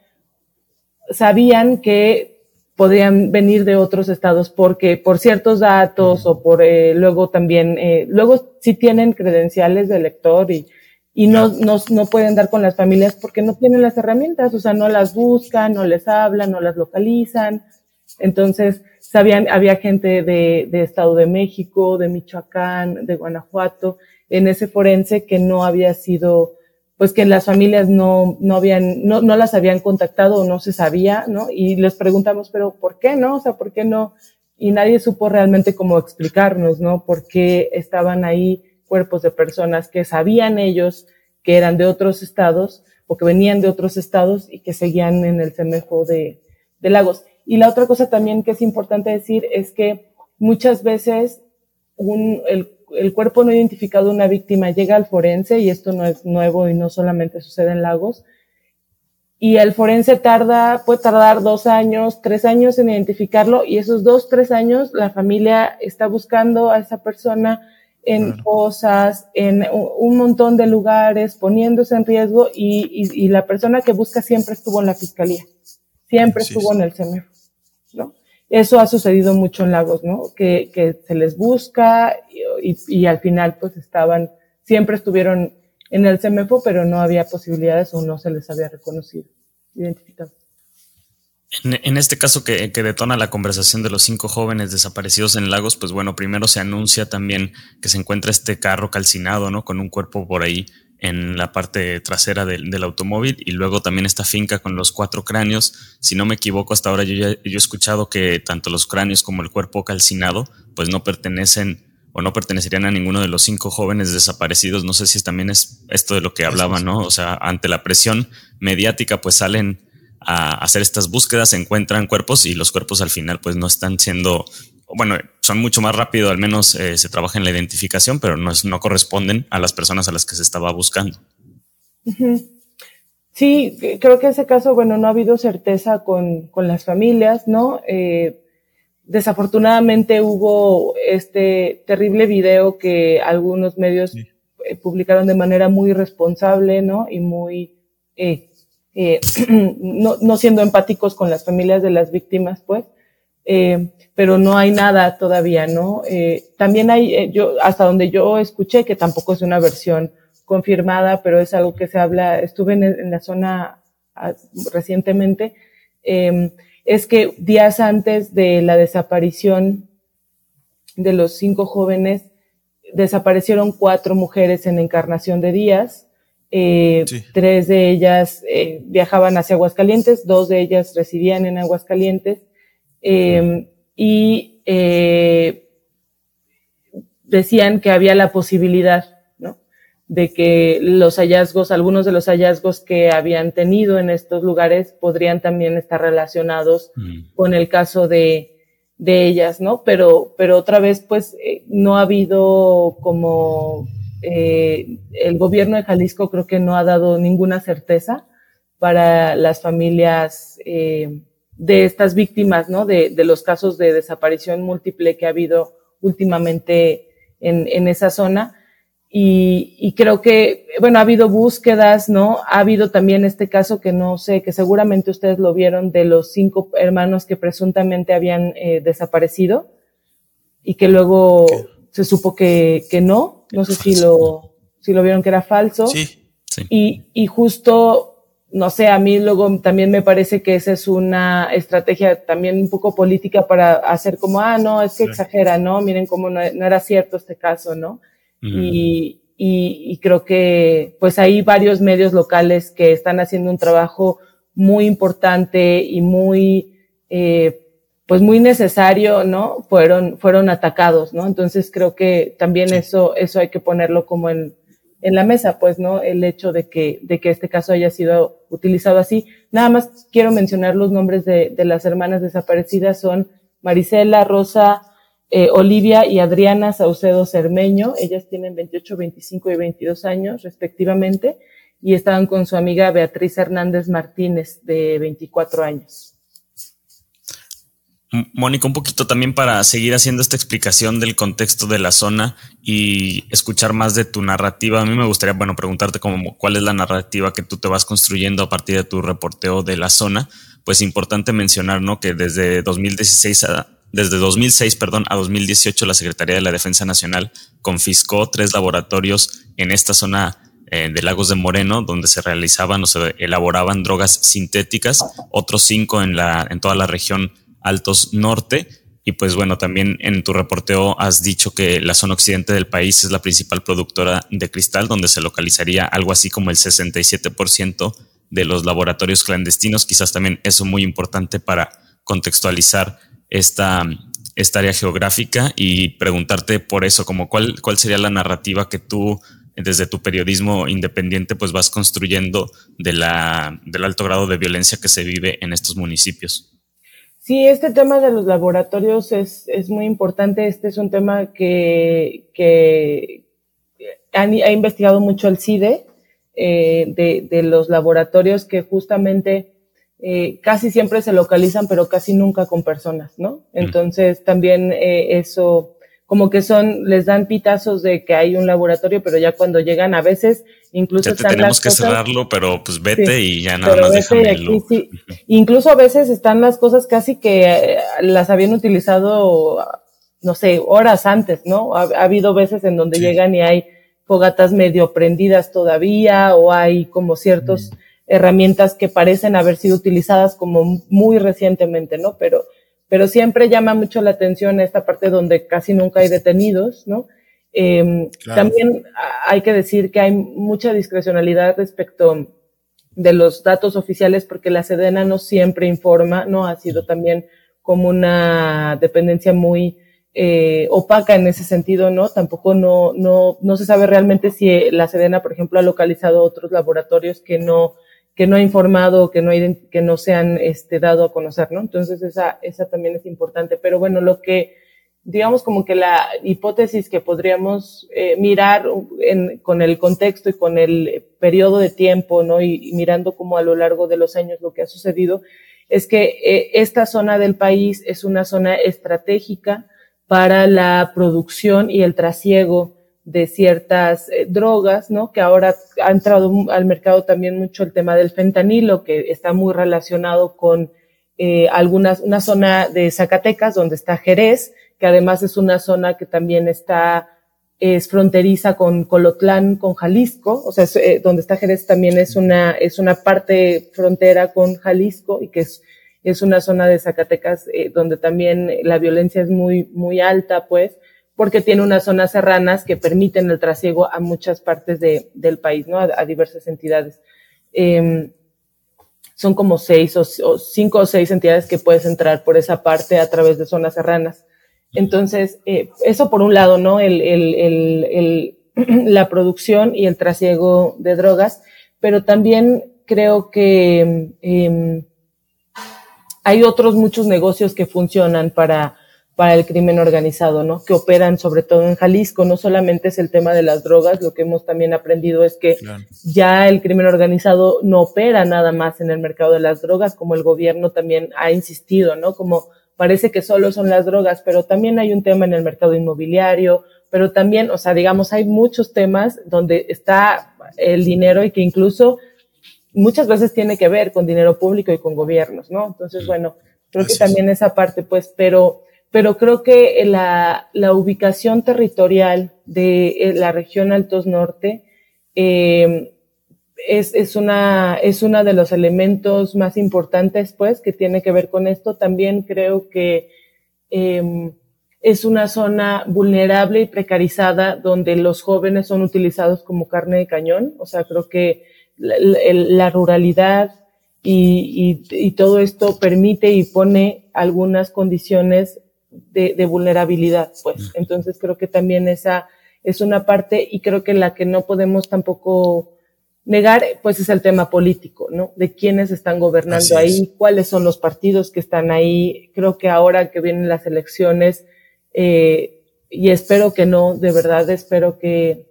sabían que podían venir de otros estados porque por ciertos datos o por eh, luego también, eh, luego sí tienen credenciales de elector y, y no, no, no pueden dar con las familias porque no tienen las herramientas, o sea, no las buscan, no les hablan, no las localizan. Entonces, sabían, había gente de, de Estado de México, de Michoacán, de Guanajuato, en ese forense que no había sido, pues que las familias no, no habían, no, no las habían contactado o no se sabía, ¿no? Y les preguntamos, pero ¿por qué no? O sea, ¿por qué no? Y nadie supo realmente cómo explicarnos, ¿no? Por qué estaban ahí cuerpos de personas que sabían ellos que eran de otros estados o que venían de otros estados y que seguían en el CEMEFO de, de Lagos. Y la otra cosa también que es importante decir es que muchas veces un, el el cuerpo no identificado de una víctima llega al forense, y esto no es nuevo y no solamente sucede en Lagos, y el forense tarda, puede tardar dos años, tres años en identificarlo, y esos dos, tres años la familia está buscando a esa persona en claro. fosas, en un montón de lugares, poniéndose en riesgo, y, y, y la persona que busca siempre estuvo en la fiscalía, siempre sí, estuvo sí. en el CEMEFO, ¿no? Eso ha sucedido mucho en Lagos, ¿no? Que, que se les busca y, y, y al final pues estaban, siempre estuvieron en el CEMEFO, pero no había posibilidades o no se les había reconocido, identificado. En, en este caso que, que detona la conversación de los cinco jóvenes desaparecidos en Lagos, pues bueno, primero se anuncia también que se encuentra este carro calcinado, ¿no? Con un cuerpo por ahí en la parte trasera del, del automóvil, y luego también esta finca con los cuatro cráneos. Si no me equivoco, hasta ahora yo, ya, yo he escuchado que tanto los cráneos como el cuerpo calcinado pues no pertenecen o no pertenecerían a ninguno de los cinco jóvenes desaparecidos. No sé si también es esto de lo que hablaba, ¿no? O sea, ante la presión mediática pues salen a hacer estas búsquedas, encuentran cuerpos y los cuerpos al final pues no están siendo, bueno, son mucho más rápido, al menos eh, se trabaja en la identificación, pero no, es, no corresponden a las personas a las que se estaba buscando. Uh-huh. Sí, creo que en ese caso, bueno, no ha habido certeza con, con las familias, ¿no? Eh, desafortunadamente hubo este terrible video que algunos medios sí. eh, publicaron de manera muy irresponsable, ¿no? Y muy, eh, eh, no, no siendo empáticos con las familias de las víctimas, pues. Eh, pero no hay nada todavía, ¿no? Eh, también hay, eh, yo, hasta donde yo escuché, que tampoco es una versión confirmada, pero es algo que se habla, estuve en, en la zona a, recientemente, eh, es que días antes de la desaparición de los cinco jóvenes, desaparecieron cuatro mujeres en Encarnación de Díaz, eh, sí. tres de ellas eh, viajaban hacia Aguascalientes, dos de ellas residían en Aguascalientes, Eh, y eh, decían que había la posibilidad, ¿no?, de que los hallazgos, algunos de los hallazgos que habían tenido en estos lugares podrían también estar relacionados mm. con el caso de, de ellas, ¿no? Pero, pero otra vez, pues, eh, no ha habido como, eh, el gobierno de Jalisco creo que no ha dado ninguna certeza para las familias, eh, de estas víctimas, ¿no? De, de los casos de desaparición múltiple que ha habido últimamente en, en esa zona. Y, y creo que, bueno, ha habido búsquedas, ¿no? Ha habido también este caso que no sé, que seguramente ustedes lo vieron, de los cinco hermanos que presuntamente habían eh, desaparecido y que luego ¿Qué? se supo que, que no. No sé si lo, si lo vieron que era falso. Sí, sí. Y, y justo, no sé, a mí luego también me parece que esa es una estrategia también un poco política para hacer como, ah, no, es que sí. exagera, ¿no? Miren cómo no, no era cierto este caso, ¿no? Mm. Y, y, y creo que pues hay varios medios locales que están haciendo un trabajo muy importante y muy, eh, pues muy necesario, ¿no? Fueron, fueron atacados, ¿no? Entonces creo que también sí. eso, eso hay que ponerlo como en, en la mesa, pues, ¿no? El hecho de que, de que este caso haya sido utilizado así. Nada más quiero mencionar los nombres de, de las hermanas desaparecidas. Son Marisela, Rosa, eh, Olivia y Adriana Saucedo Cermeño. Ellas tienen veintiocho, veinticinco y veintidós años, respectivamente, y estaban con su amiga Beatriz Hernández Martínez, de veinticuatro años. Mónica, un poquito también para seguir haciendo esta explicación del contexto de la zona y escuchar más de tu narrativa. A mí me gustaría, bueno, preguntarte como cuál es la narrativa que tú te vas construyendo a partir de tu reporteo de la zona. Pues importante mencionar, ¿no?, que desde dos mil dieciséis a, desde dos mil seis, perdón, a dos mil dieciocho la Secretaría de la Defensa Nacional confiscó tres laboratorios en esta zona eh, de Lagos de Moreno, donde se realizaban o se elaboraban drogas sintéticas, otros cinco en la en toda la región Altos Norte. Y pues bueno, también en tu reporteo has dicho que la zona occidente del país es la principal productora de cristal, donde se localizaría algo así como el sesenta y siete por ciento de los laboratorios clandestinos. Quizás también eso muy importante para contextualizar esta, esta área geográfica y preguntarte por eso, como cuál, cuál sería la narrativa que tú desde tu periodismo independiente pues vas construyendo de la, del alto grado de violencia que se vive en estos municipios. Sí, este tema de los laboratorios es, es muy importante. Este es un tema que, que ha, ha investigado mucho el C I D E, eh, de, de los laboratorios que justamente eh, casi siempre se localizan, pero casi nunca con personas, ¿no? Entonces, también eh, eso, como que son, les dan pitazos de que hay un laboratorio, pero ya cuando llegan a veces, incluso ya te tenemos que cosas, cerrarlo, pero pues vete sí, y ya nada más déjame aquí, sí. Incluso a veces están las cosas casi que eh, las habían utilizado, no sé, horas antes, ¿no? Ha, ha habido veces en donde sí. llegan y hay fogatas medio prendidas todavía, o hay como ciertas mm. herramientas que parecen haber sido utilizadas como muy recientemente, ¿no? Pero, pero siempre llama mucho la atención esta parte donde casi nunca hay detenidos, ¿no? Eh, claro. También hay que decir que hay mucha discrecionalidad respecto de los datos oficiales, porque la Sedena no siempre informa, ¿no? Ha sido también como una dependencia muy eh, opaca en ese sentido, ¿no? Tampoco no, no, no se sabe realmente si la Sedena, por ejemplo, ha localizado otros laboratorios que no, que no ha informado, que no, que no se han este, dado a conocer, ¿no? Entonces esa, esa también es importante. Pero bueno, lo que, digamos como que la hipótesis que podríamos eh, mirar en, con el contexto y con el periodo de tiempo, ¿no? Y, y mirando como a lo largo de los años lo que ha sucedido, es que eh, esta zona del país es una zona estratégica para la producción y el trasiego de ciertas eh, drogas, ¿no? Que ahora ha entrado al mercado también mucho el tema del fentanilo, que está muy relacionado con eh, algunas, una zona de Zacatecas donde está Jerez, que además es una zona que también está, es fronteriza con Colotlán, con Jalisco, o sea, es, eh, donde está Jerez también es una, es una parte frontera con Jalisco, y que es, es una zona de Zacatecas eh, donde también la violencia es muy, muy alta, pues, porque tiene unas zonas serranas que permiten el trasiego a muchas partes de, del país, ¿no? A, a diversas entidades. Eh, son como seis o, o cinco o seis entidades que puedes entrar por esa parte a través de zonas serranas. Entonces, eh, eso por un lado, ¿no? El, el, el, el, la producción y el trasiego de drogas, pero también creo que eh, hay otros muchos negocios que funcionan para, para el crimen organizado, ¿no? Que operan sobre todo en Jalisco. No solamente es el tema de las drogas, lo que hemos también aprendido es que claro, ya el crimen organizado no opera nada más en el mercado de las drogas, como el gobierno también ha insistido, ¿no? Como parece que solo son las drogas, pero también hay un tema en el mercado inmobiliario, pero también, o sea, digamos, hay muchos temas donde está el dinero y que incluso muchas veces tiene que ver con dinero público y con gobiernos, ¿no? Entonces, bueno, creo que también esa parte, pues, pero, pero creo que la, la ubicación territorial de la región Altos Norte, eh, Es, es una, es uno de los elementos más importantes, pues, que tiene que ver con esto. También creo que eh, es una zona vulnerable y precarizada donde los jóvenes son utilizados como carne de cañón. O sea, creo que la, la, la ruralidad y, y, y todo esto permite y pone algunas condiciones de, de vulnerabilidad, pues. Entonces creo que también esa es una parte, y creo que la que no podemos tampoco negar, pues es el tema político, ¿no? De quiénes están gobernando ahí, cuáles son los partidos que están ahí. Creo que ahora que vienen las elecciones, eh, y espero que no, de verdad espero que,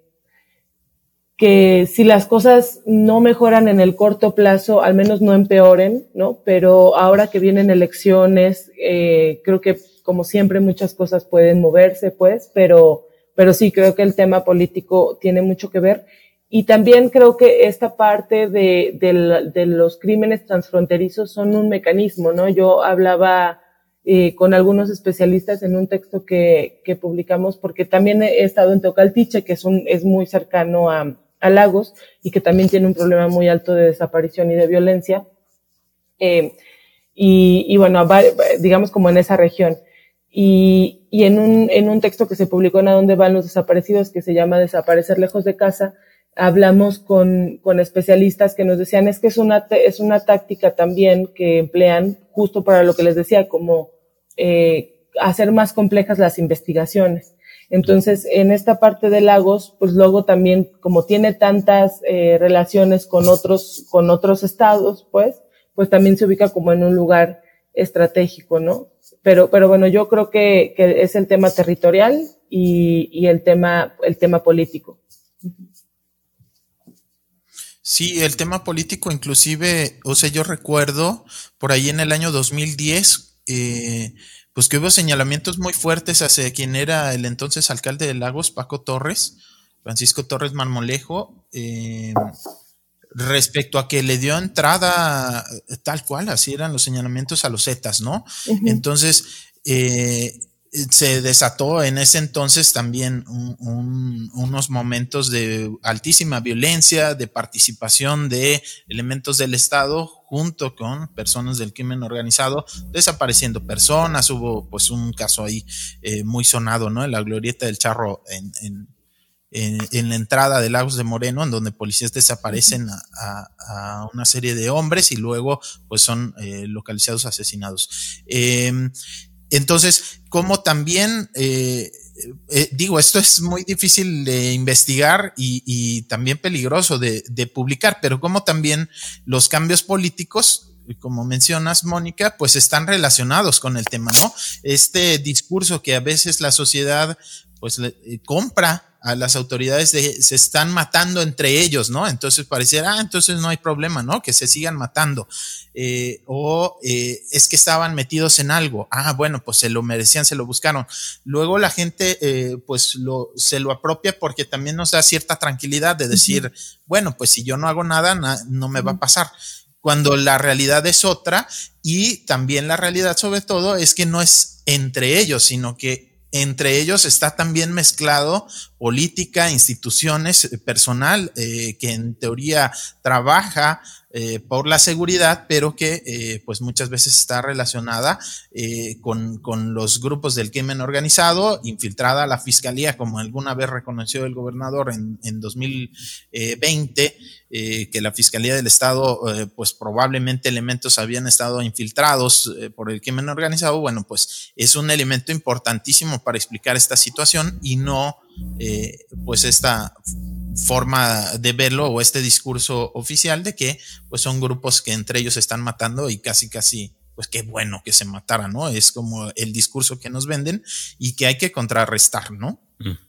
que si las cosas no mejoran en el corto plazo, al menos no empeoren, ¿no? Pero ahora que vienen elecciones, eh, creo que como siempre muchas cosas pueden moverse, pues, pero, pero sí creo que el tema político tiene mucho que ver. Y también creo que esta parte de, de, de los crímenes transfronterizos son un mecanismo, ¿no? Yo hablaba eh, con algunos especialistas en un texto que, que publicamos, porque también he estado en Teocaltiche, que es un, es muy cercano a, a Lagos, y que también tiene un problema muy alto de desaparición y de violencia. Eh, y, y bueno, digamos como en esa región. Y, y en un, en un texto que se publicó en A Dónde Van los Desaparecidos, que se llama Desaparecer Lejos de Casa, hablamos con, con especialistas que nos decían es que es una, es una táctica también que emplean justo para lo que les decía, como eh, hacer más complejas las investigaciones. Entonces, en esta parte de Lagos, pues luego también, como tiene tantas eh, relaciones con otros, con otros estados, pues, pues también se ubica como en un lugar estratégico, ¿no? Pero, pero bueno, yo creo que, que es el tema territorial y, y el tema, el tema político. Sí, el tema político inclusive, o sea, yo recuerdo por ahí en el año dos mil diez, eh, pues que hubo señalamientos muy fuertes hacia quien era el entonces alcalde de Lagos, Paco Torres, Francisco Torres Marmolejo, eh, respecto a que le dio entrada tal cual, así eran los señalamientos a los Zetas, ¿no? Uh-huh. Entonces, eh, se desató en ese entonces también un, un, unos momentos de altísima violencia, de participación de elementos del Estado junto con personas del crimen organizado, desapareciendo personas. Hubo pues un caso ahí eh, muy sonado, ¿no? En la glorieta del Charro en, en, en, en la entrada de Lagos de Moreno, en donde policías desaparecen a, a, a una serie de hombres y luego pues son eh, localizados, asesinados. Eh, Entonces, como también, eh, eh, digo, esto es muy difícil de investigar y, y también peligroso de, de publicar, pero como también los cambios políticos, como mencionas, Mónica, pues están relacionados con el tema, ¿no? Este discurso que a veces la sociedad pues le, eh, compra a las autoridades de se están matando entre ellos, ¿no? Entonces pareciera, ah, entonces no hay problema, ¿no? Que se sigan matando. Eh, o eh, es que estaban metidos en algo. Ah, bueno, pues se lo merecían, se lo buscaron. Luego la gente, eh, pues lo, se lo apropia porque también nos da cierta tranquilidad de decir, uh-huh. bueno, pues si yo no hago nada, na, no me va a pasar. Cuando la realidad es otra, y también la realidad sobre todo es que no es entre ellos, sino que entre ellos está también mezclado política, instituciones, personal, eh, que en teoría trabaja eh, por la seguridad, pero que eh, pues muchas veces está relacionada eh, con, con los grupos del crimen organizado, infiltrada a la fiscalía, como alguna vez reconoció el gobernador en, en dos mil veinte, eh, que la Fiscalía del Estado, eh, pues probablemente elementos habían estado infiltrados eh, por el crimen organizado. Bueno, pues es un elemento importantísimo para explicar esta situación y no eh, pues esta forma de verlo o este discurso oficial de que pues son grupos que entre ellos se están matando y casi casi pues qué bueno que se matara, ¿no? Es como el discurso que nos venden y que hay que contrarrestar, ¿no?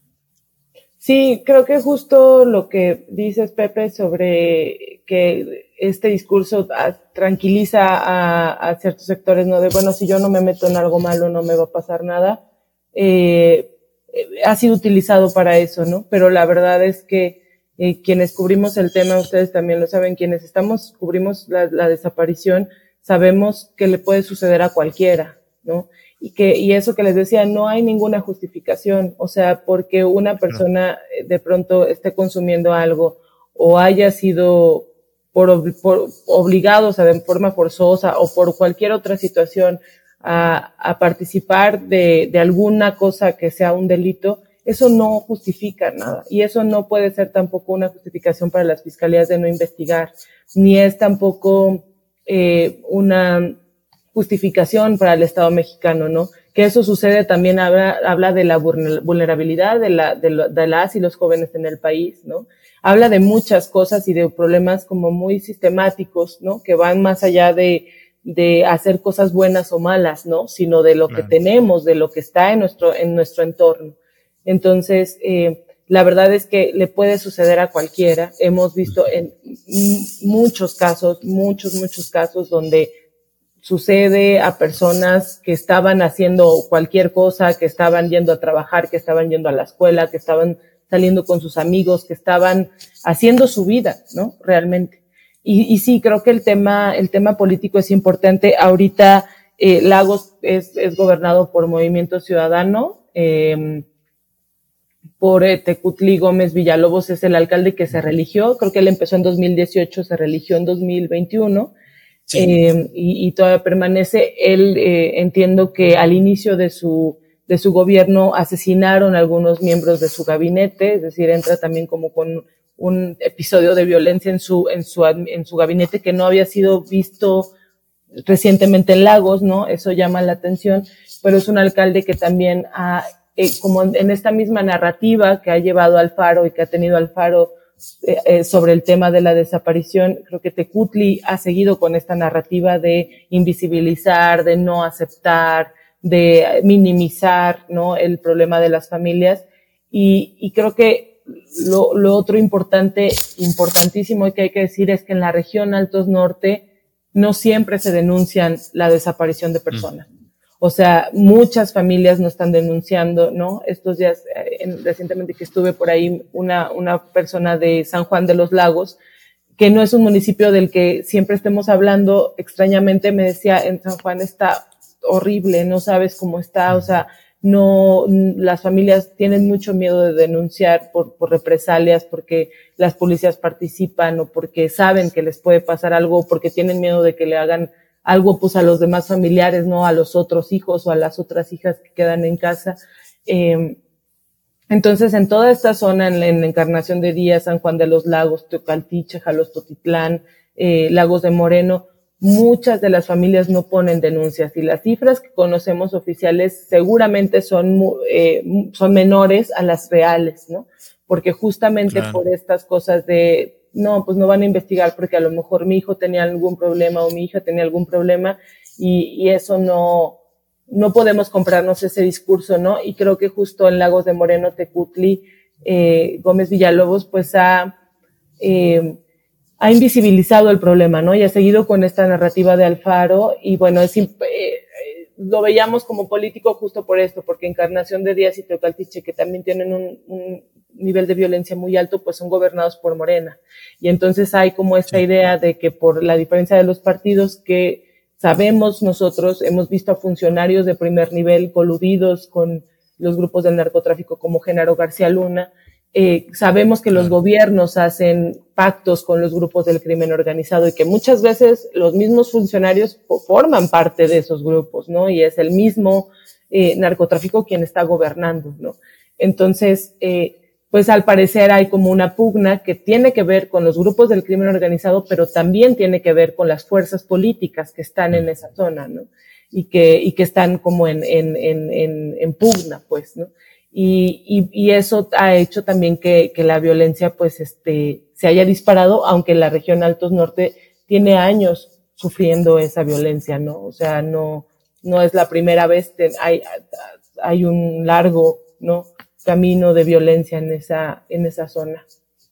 Sí, creo que justo lo que dices, Pepe, sobre que este discurso tranquiliza a, a ciertos sectores, ¿no? De, bueno, si yo no me meto en algo malo, no me va a pasar nada. Eh, ha sido utilizado para eso, ¿no? Pero la verdad es que eh, quienes cubrimos el tema, ustedes también lo saben, quienes estamos, cubrimos la, la desaparición, sabemos que le puede suceder a cualquiera, ¿no? Y que, y eso que les decía, no hay ninguna justificación, o sea, porque una persona de pronto esté consumiendo algo o haya sido por, por obligado, o sea, de forma forzosa o por cualquier otra situación a, a participar de, de alguna cosa que sea un delito, eso no justifica nada. Y eso no puede ser tampoco una justificación para las fiscalías de no investigar, ni es tampoco eh, una justificación para el Estado mexicano, ¿no? Que eso sucede también habla, habla de la vulnerabilidad de, la, de, lo, de las y los jóvenes en el país, ¿no? Habla de muchas cosas y de problemas como muy sistemáticos, ¿no? Que van más allá de, de hacer cosas buenas o malas, ¿no? Sino de lo claro. que tenemos, de lo que está en nuestro, en nuestro entorno. Entonces, eh, la verdad es que le puede suceder a cualquiera. Hemos visto en muchos casos, muchos, muchos casos donde sucede a personas que estaban haciendo cualquier cosa, que estaban yendo a trabajar, que estaban yendo a la escuela, que estaban saliendo con sus amigos, que estaban haciendo su vida, ¿no? Realmente. Y, y sí, creo que el tema, el tema político es importante. Ahorita eh, Lagos es, es gobernado por Movimiento Ciudadano, eh, por eh, Tecutli Gómez Villalobos es el alcalde que se religió. Creo que él empezó en dos mil dieciocho, se religió en dos mil veintiuno. Sí. Eh, y, y todavía permanece. Él, eh, entiendo que al inicio de su, de su gobierno asesinaron a algunos miembros de su gabinete, es decir, entra también como con un episodio de violencia en su, en su, en su gabinete que no había sido visto recientemente en Lagos, ¿no? Eso llama la atención, pero es un alcalde que también ha, eh, como en esta misma narrativa que ha llevado Alfaro y que ha tenido Alfaro Eh, eh, sobre el tema de la desaparición, creo que Tecutli ha seguido con esta narrativa de invisibilizar, de no aceptar, de minimizar, ¿no? El problema de las familias. Y, y creo que lo, lo otro importante, importantísimo y que hay que decir es que en la región Altos Norte no siempre se denuncian la desaparición de personas. Mm. O sea, muchas familias no están denunciando, ¿no? Estos días, eh, recientemente que estuve por ahí, una, una persona de San Juan de los Lagos, que no es un municipio del que siempre estemos hablando, extrañamente me decía, en San Juan está horrible, no sabes cómo está, o sea, no, las familias tienen mucho miedo de denunciar por, por represalias porque las policías participan o porque saben que les puede pasar algo o porque tienen miedo de que le hagan algo pues a los demás familiares, ¿no? A los otros hijos o a las otras hijas que quedan en casa. Eh, entonces, en toda esta zona, en la, en la Encarnación de Díaz, San Juan de los Lagos, Teocaltiche, Jalostotitlán, eh, Lagos de Moreno, muchas de las familias no ponen denuncias y las cifras que conocemos oficiales seguramente son, eh, son menores a las reales, ¿no? Porque justamente claro. por estas cosas de no, pues no van a investigar porque a lo mejor mi hijo tenía algún problema o mi hija tenía algún problema y, y eso no, no podemos comprarnos ese discurso, ¿no? Y creo que justo en Lagos de Moreno, Tecutli, eh, Gómez Villalobos, pues ha, eh, ha invisibilizado el problema, ¿no? Y ha seguido con esta narrativa de Alfaro y bueno, es, eh, lo veíamos como político justo por esto, porque Encarnación de Díaz y Teocaltiche, que también tienen un, un nivel de violencia muy alto, pues son gobernados por Morena. Y entonces hay como esta sí. idea de que por la diferencia de los partidos que sabemos nosotros, hemos visto a funcionarios de primer nivel coludidos con los grupos del narcotráfico como Genaro García Luna, eh, sabemos que los claro. gobiernos hacen pactos con los grupos del crimen organizado y que muchas veces los mismos funcionarios forman parte de esos grupos, ¿no? Y es el mismo eh, narcotráfico quien está gobernando, ¿no? Entonces, eh, pues al parecer hay como una pugna que tiene que ver con los grupos del crimen organizado, pero también tiene que ver con las fuerzas políticas que están en esa zona, ¿no? Y que, y que están como en, en, en, en, en pugna, pues, ¿no? Y, y, y eso ha hecho también que, que la violencia, pues, este, se haya disparado, aunque la región Altos Norte tiene años sufriendo esa violencia, ¿no? O sea, no, no es la primera vez, hay, hay un largo, ¿no? camino de violencia en esa, en esa zona.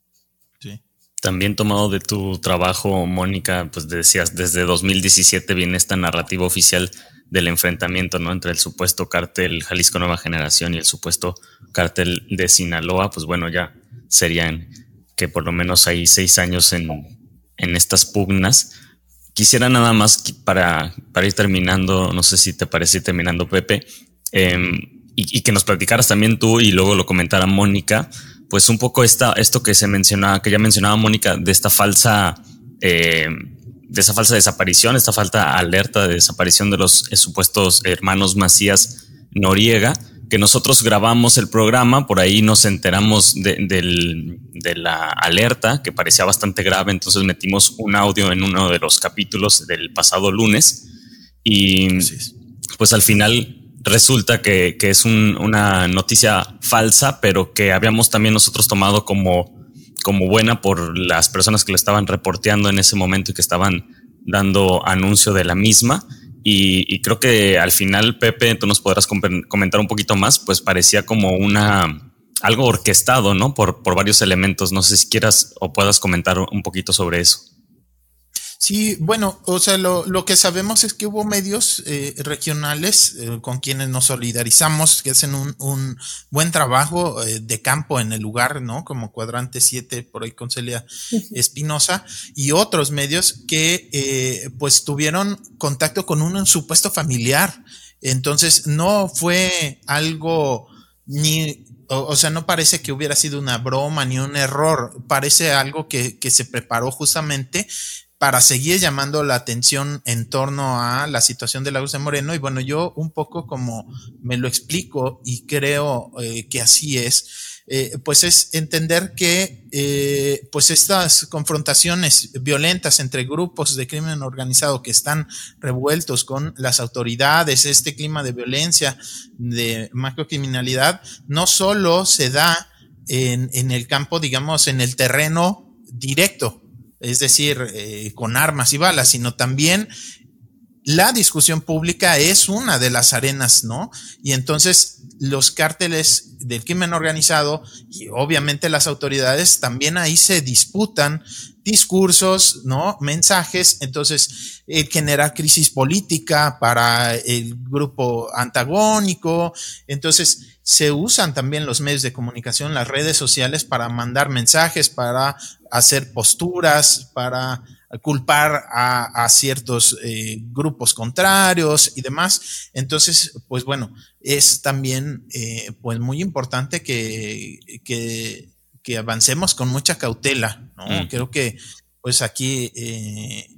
Sí. También tomado de tu trabajo, Mónica, pues decías, desde dos mil diecisiete viene esta narrativa oficial del enfrentamiento, ¿no? Entre el supuesto cártel Jalisco Nueva Generación y el supuesto cártel de Sinaloa, pues bueno, ya serían que por lo menos hay seis años en, en estas pugnas. Quisiera nada más para, para ir terminando, no sé si te parece ir terminando, Pepe, eh, Y, y que nos platicaras también tú y luego lo comentara Mónica, pues un poco esta, esto que se mencionaba, que ya mencionaba Mónica, de esta falsa, eh, de esa falsa desaparición, esta falta alerta de desaparición de los eh, supuestos hermanos Macías Noriega, que nosotros grabamos el programa, por ahí nos enteramos de, de, de la alerta, que parecía bastante grave, entonces metimos un audio en uno de los capítulos del pasado lunes y pues al final resulta que, que es un, una noticia falsa, pero que habíamos también nosotros tomado como, como buena por las personas que lo estaban reporteando en ese momento y que estaban dando anuncio de la misma. Y, y creo que al final, Pepe, tú nos podrás comentar un poquito más, pues parecía como una algo orquestado, ¿no? Por, por varios elementos. No sé si quieras o puedas comentar un poquito sobre eso. Sí, bueno, o sea, lo, lo que sabemos es que hubo medios eh, regionales eh, con quienes nos solidarizamos, que hacen un, un buen trabajo eh, de campo en el lugar, ¿no? Como Cuadrante siete, por ahí con Celia Espinosa, y otros medios que eh, pues tuvieron contacto con un supuesto familiar. Entonces, no fue algo ni... O, o sea, no parece que hubiera sido una broma ni un error, parece algo que, que se preparó justamente para seguir llamando la atención en torno a la situación de Lagos de Moreno. Y bueno, yo un poco como me lo explico y creo eh, que así es, eh, pues es entender que eh, pues estas confrontaciones violentas entre grupos de crimen organizado que están revueltos con las autoridades, este clima de violencia, de macrocriminalidad, no solo se da en, en el campo, digamos, en el terreno directo, es decir, eh, con armas y balas, sino también la discusión pública es una de las arenas, ¿no? Y entonces los cárteles del crimen organizado y obviamente las autoridades también ahí se disputan discursos, ¿no? Mensajes, entonces eh, genera crisis política para el grupo antagónico, entonces se usan también los medios de comunicación, las redes sociales para mandar mensajes, para hacer posturas, para culpar a, a ciertos eh, grupos contrarios y demás. Entonces, pues bueno, es también eh, pues muy importante que, que, que avancemos con mucha cautela, ¿no? Mm. Creo que pues aquí eh,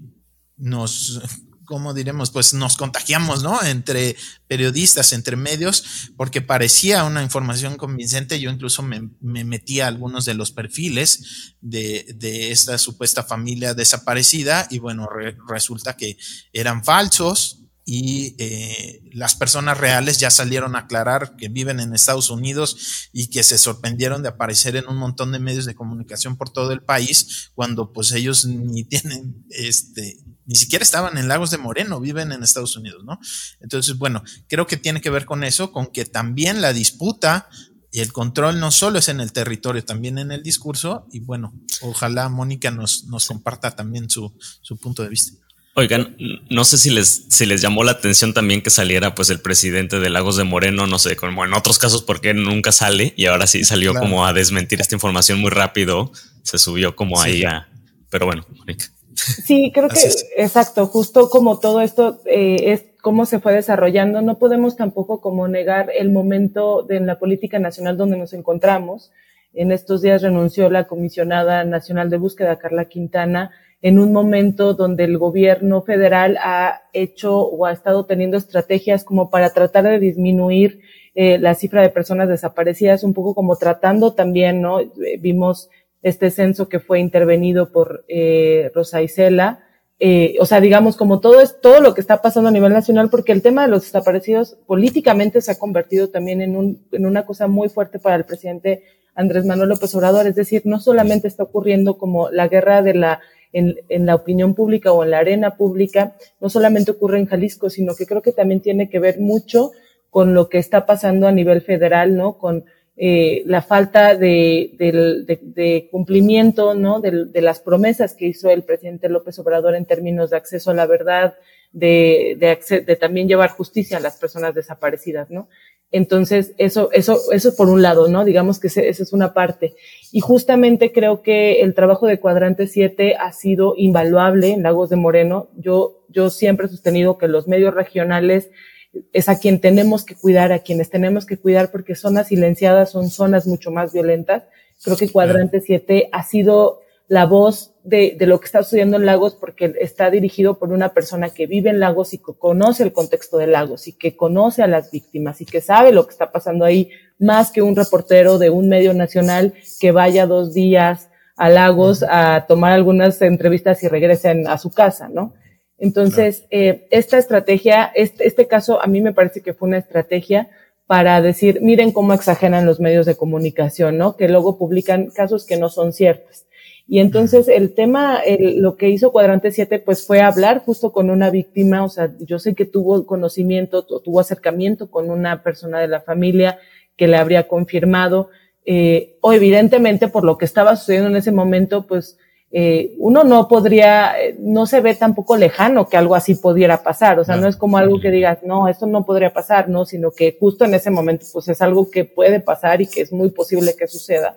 nos... ¿cómo diremos? Pues nos contagiamos, ¿no? Entre periodistas, entre medios, porque parecía una información convincente. Yo incluso me, me metí a algunos de los perfiles de, de esta supuesta familia desaparecida y bueno, re, resulta que eran falsos y eh, las personas reales ya salieron a aclarar que viven en Estados Unidos y que se sorprendieron de aparecer en un montón de medios de comunicación por todo el país cuando pues ellos ni tienen este... ni siquiera estaban en Lagos de Moreno, viven en Estados Unidos, ¿no? Entonces, bueno, creo que tiene que ver con eso, con que también la disputa y el control no solo es en el territorio, también en el discurso, y bueno, ojalá Mónica nos, nos comparta también su, su punto de vista. Oigan, no sé si les, si les llamó la atención también que saliera pues el presidente de Lagos de Moreno, no sé, como en otros casos porque nunca sale y ahora sí salió claro. como a desmentir esta información muy rápido, se subió como sí. ahí a... Pero bueno, Mónica. Sí, creo que, exacto, justo como todo esto eh, es cómo se fue desarrollando, no podemos tampoco como negar el momento de en la política nacional donde nos encontramos. En estos días renunció la comisionada nacional de búsqueda, Carla Quintana, en un momento donde el gobierno federal ha hecho o ha estado teniendo estrategias como para tratar de disminuir eh, la cifra de personas desaparecidas, un poco como tratando también, ¿no? Eh, vimos este censo que fue intervenido por eh, Rosa Isela, eh, o sea, digamos, como todo es todo lo que está pasando a nivel nacional, porque el tema de los desaparecidos políticamente se ha convertido también en un en una cosa muy fuerte para el presidente Andrés Manuel López Obrador, es decir, no solamente está ocurriendo como la guerra de la en, en la opinión pública o en la arena pública, no solamente ocurre en Jalisco, sino que creo que también tiene que ver mucho con lo que está pasando a nivel federal, ¿no? Con Eh, la falta de, de, de, de cumplimiento, ¿no? De, de las promesas que hizo el presidente López Obrador en términos de acceso a la verdad, de, de, acce- de también llevar justicia a las personas desaparecidas, ¿no? Entonces, eso, eso, eso por un lado, ¿no? Digamos que ese, esa es una parte. Y justamente creo que el trabajo de Cuadrante siete ha sido invaluable en Lagos de Moreno. Yo, yo siempre he sostenido que los medios regionales es a quien tenemos que cuidar, a quienes tenemos que cuidar, porque zonas silenciadas son zonas mucho más violentas. Creo que Cuadrante siete ha sido la voz de, de lo que está sucediendo en Lagos, porque está dirigido por una persona que vive en Lagos y que conoce el contexto de Lagos y que conoce a las víctimas y que sabe lo que está pasando ahí, más que un reportero de un medio nacional que vaya dos días a Lagos a tomar algunas entrevistas y regresen a su casa, ¿no? Entonces, eh, esta estrategia, este, este caso a mí me parece que fue una estrategia para decir, miren cómo exageran los medios de comunicación, ¿no? Que luego publican casos que no son ciertos. Y entonces el tema, el, lo que hizo Cuadrante siete, pues fue hablar justo con una víctima, o sea, yo sé que tuvo conocimiento, tuvo acercamiento con una persona de la familia que le habría confirmado, eh, o evidentemente por lo que estaba sucediendo en ese momento, pues, Eh, uno no podría, no se ve tampoco lejano que algo así pudiera pasar, o sea, no es como algo que digas, no, esto no podría pasar, no, sino que justo en ese momento, pues es algo que puede pasar y que es muy posible que suceda.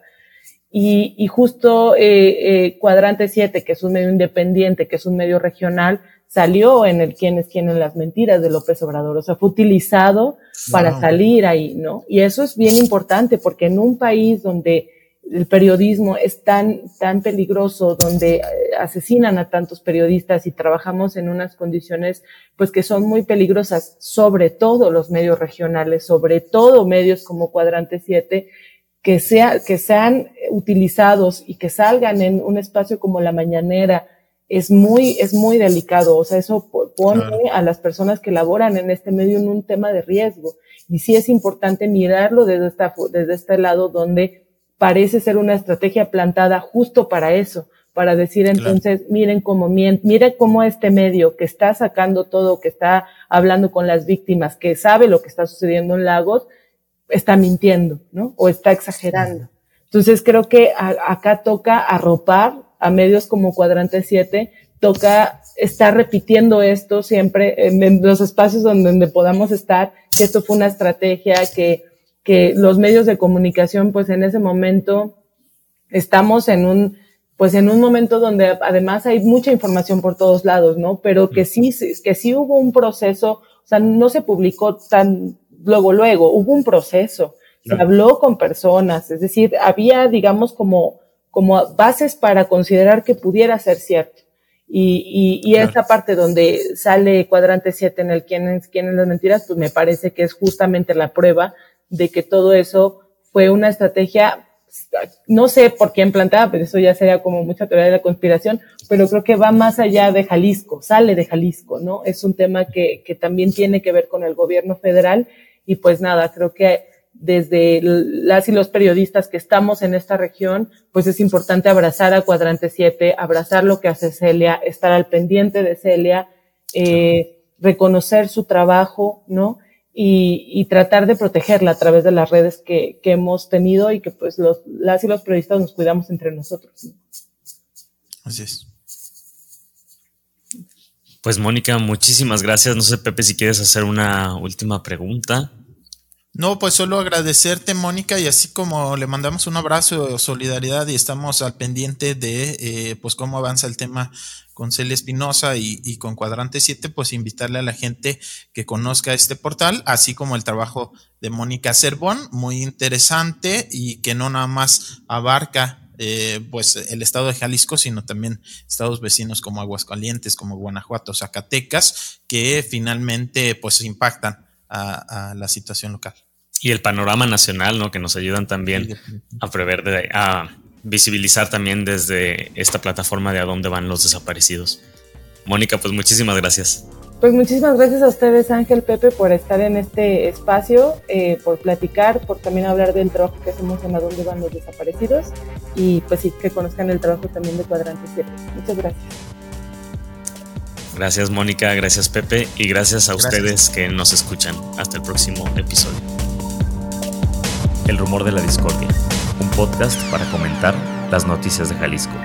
Y, y justo eh, eh, Cuadrante siete, que es un medio independiente, que es un medio regional, salió en el quién es quién en las mentiras de López Obrador, o sea, fue utilizado para wow. salir ahí, ¿no? Y eso es bien importante, porque en un país donde el periodismo es tan, tan peligroso, donde asesinan a tantos periodistas y trabajamos en unas condiciones, pues, que son muy peligrosas, sobre todo los medios regionales, sobre todo medios como Cuadrante siete, que sea, que sean utilizados y que salgan en un espacio como La Mañanera, es muy, es muy delicado. O sea, eso pone claro. a las personas que laboran en este medio en un tema de riesgo. Y sí es importante mirarlo desde esta, desde este lado donde parece ser una estrategia plantada justo para eso, para decir entonces, claro. miren cómo miren, miren cómo este medio que está sacando todo, que está hablando con las víctimas, que sabe lo que está sucediendo en Lagos, está mintiendo, ¿no? O está exagerando. Entonces creo que a, acá toca arropar a medios como Cuadrante siete, toca estar repitiendo esto siempre en, en los espacios donde, donde podamos estar, que esto fue una estrategia que que los medios de comunicación, pues en ese momento estamos en un, pues en un momento donde además hay mucha información por todos lados, ¿no? Pero que sí, que sí hubo un proceso, o sea, no se publicó tan luego, luego, hubo un proceso, se no. habló con personas, es decir, había, digamos, como, como bases para considerar que pudiera ser cierto. Y, y, y claro. esta parte donde sale cuadrante siete en el quién es, quién es las mentiras, pues me parece que es justamente la prueba de que todo eso fue una estrategia, no sé por quién planteada, pero eso ya sería como mucha teoría de la conspiración, pero creo que va más allá de Jalisco, sale de Jalisco, ¿no? Es un tema que, que también tiene que ver con el gobierno federal y pues nada, creo que desde las y los periodistas que estamos en esta región, pues es importante abrazar a Cuadrante siete, abrazar lo que hace Celia, estar al pendiente de Celia, eh, reconocer su trabajo, ¿no? Y, y tratar de protegerla a través de las redes que, que hemos tenido y que pues los, las y los periodistas nos cuidamos entre nosotros, ¿no? Así es. Pues Mónica, muchísimas gracias. No sé, Pepe, si quieres hacer una última pregunta. No, pues solo agradecerte, Mónica, y así como le mandamos un abrazo de solidaridad y estamos al pendiente de eh, pues cómo avanza el tema con Celia Espinosa y, y con Cuadrante siete, pues invitarle a la gente que conozca este portal, así como el trabajo de Mónica Cervón, muy interesante y que no nada más abarca eh, pues el estado de Jalisco, sino también estados vecinos como Aguascalientes, como Guanajuato, Zacatecas, que finalmente pues impactan A, a la situación local. Y el panorama nacional, ¿no? Que nos ayudan también a prever, de, a visibilizar también desde esta plataforma de a dónde van los desaparecidos. Mónica, pues muchísimas gracias. Pues muchísimas gracias a ustedes, Ángel, Pepe, por estar en este espacio, eh, por platicar, por también hablar del trabajo que hacemos en a dónde van los desaparecidos y pues sí, que conozcan el trabajo también de Cuadrante siete. Muchas gracias. Gracias, Mónica, gracias, Pepe, y gracias a gracias. ustedes que nos escuchan. Hasta el próximo episodio. El rumor de la discordia, un podcast para comentar las noticias de Jalisco.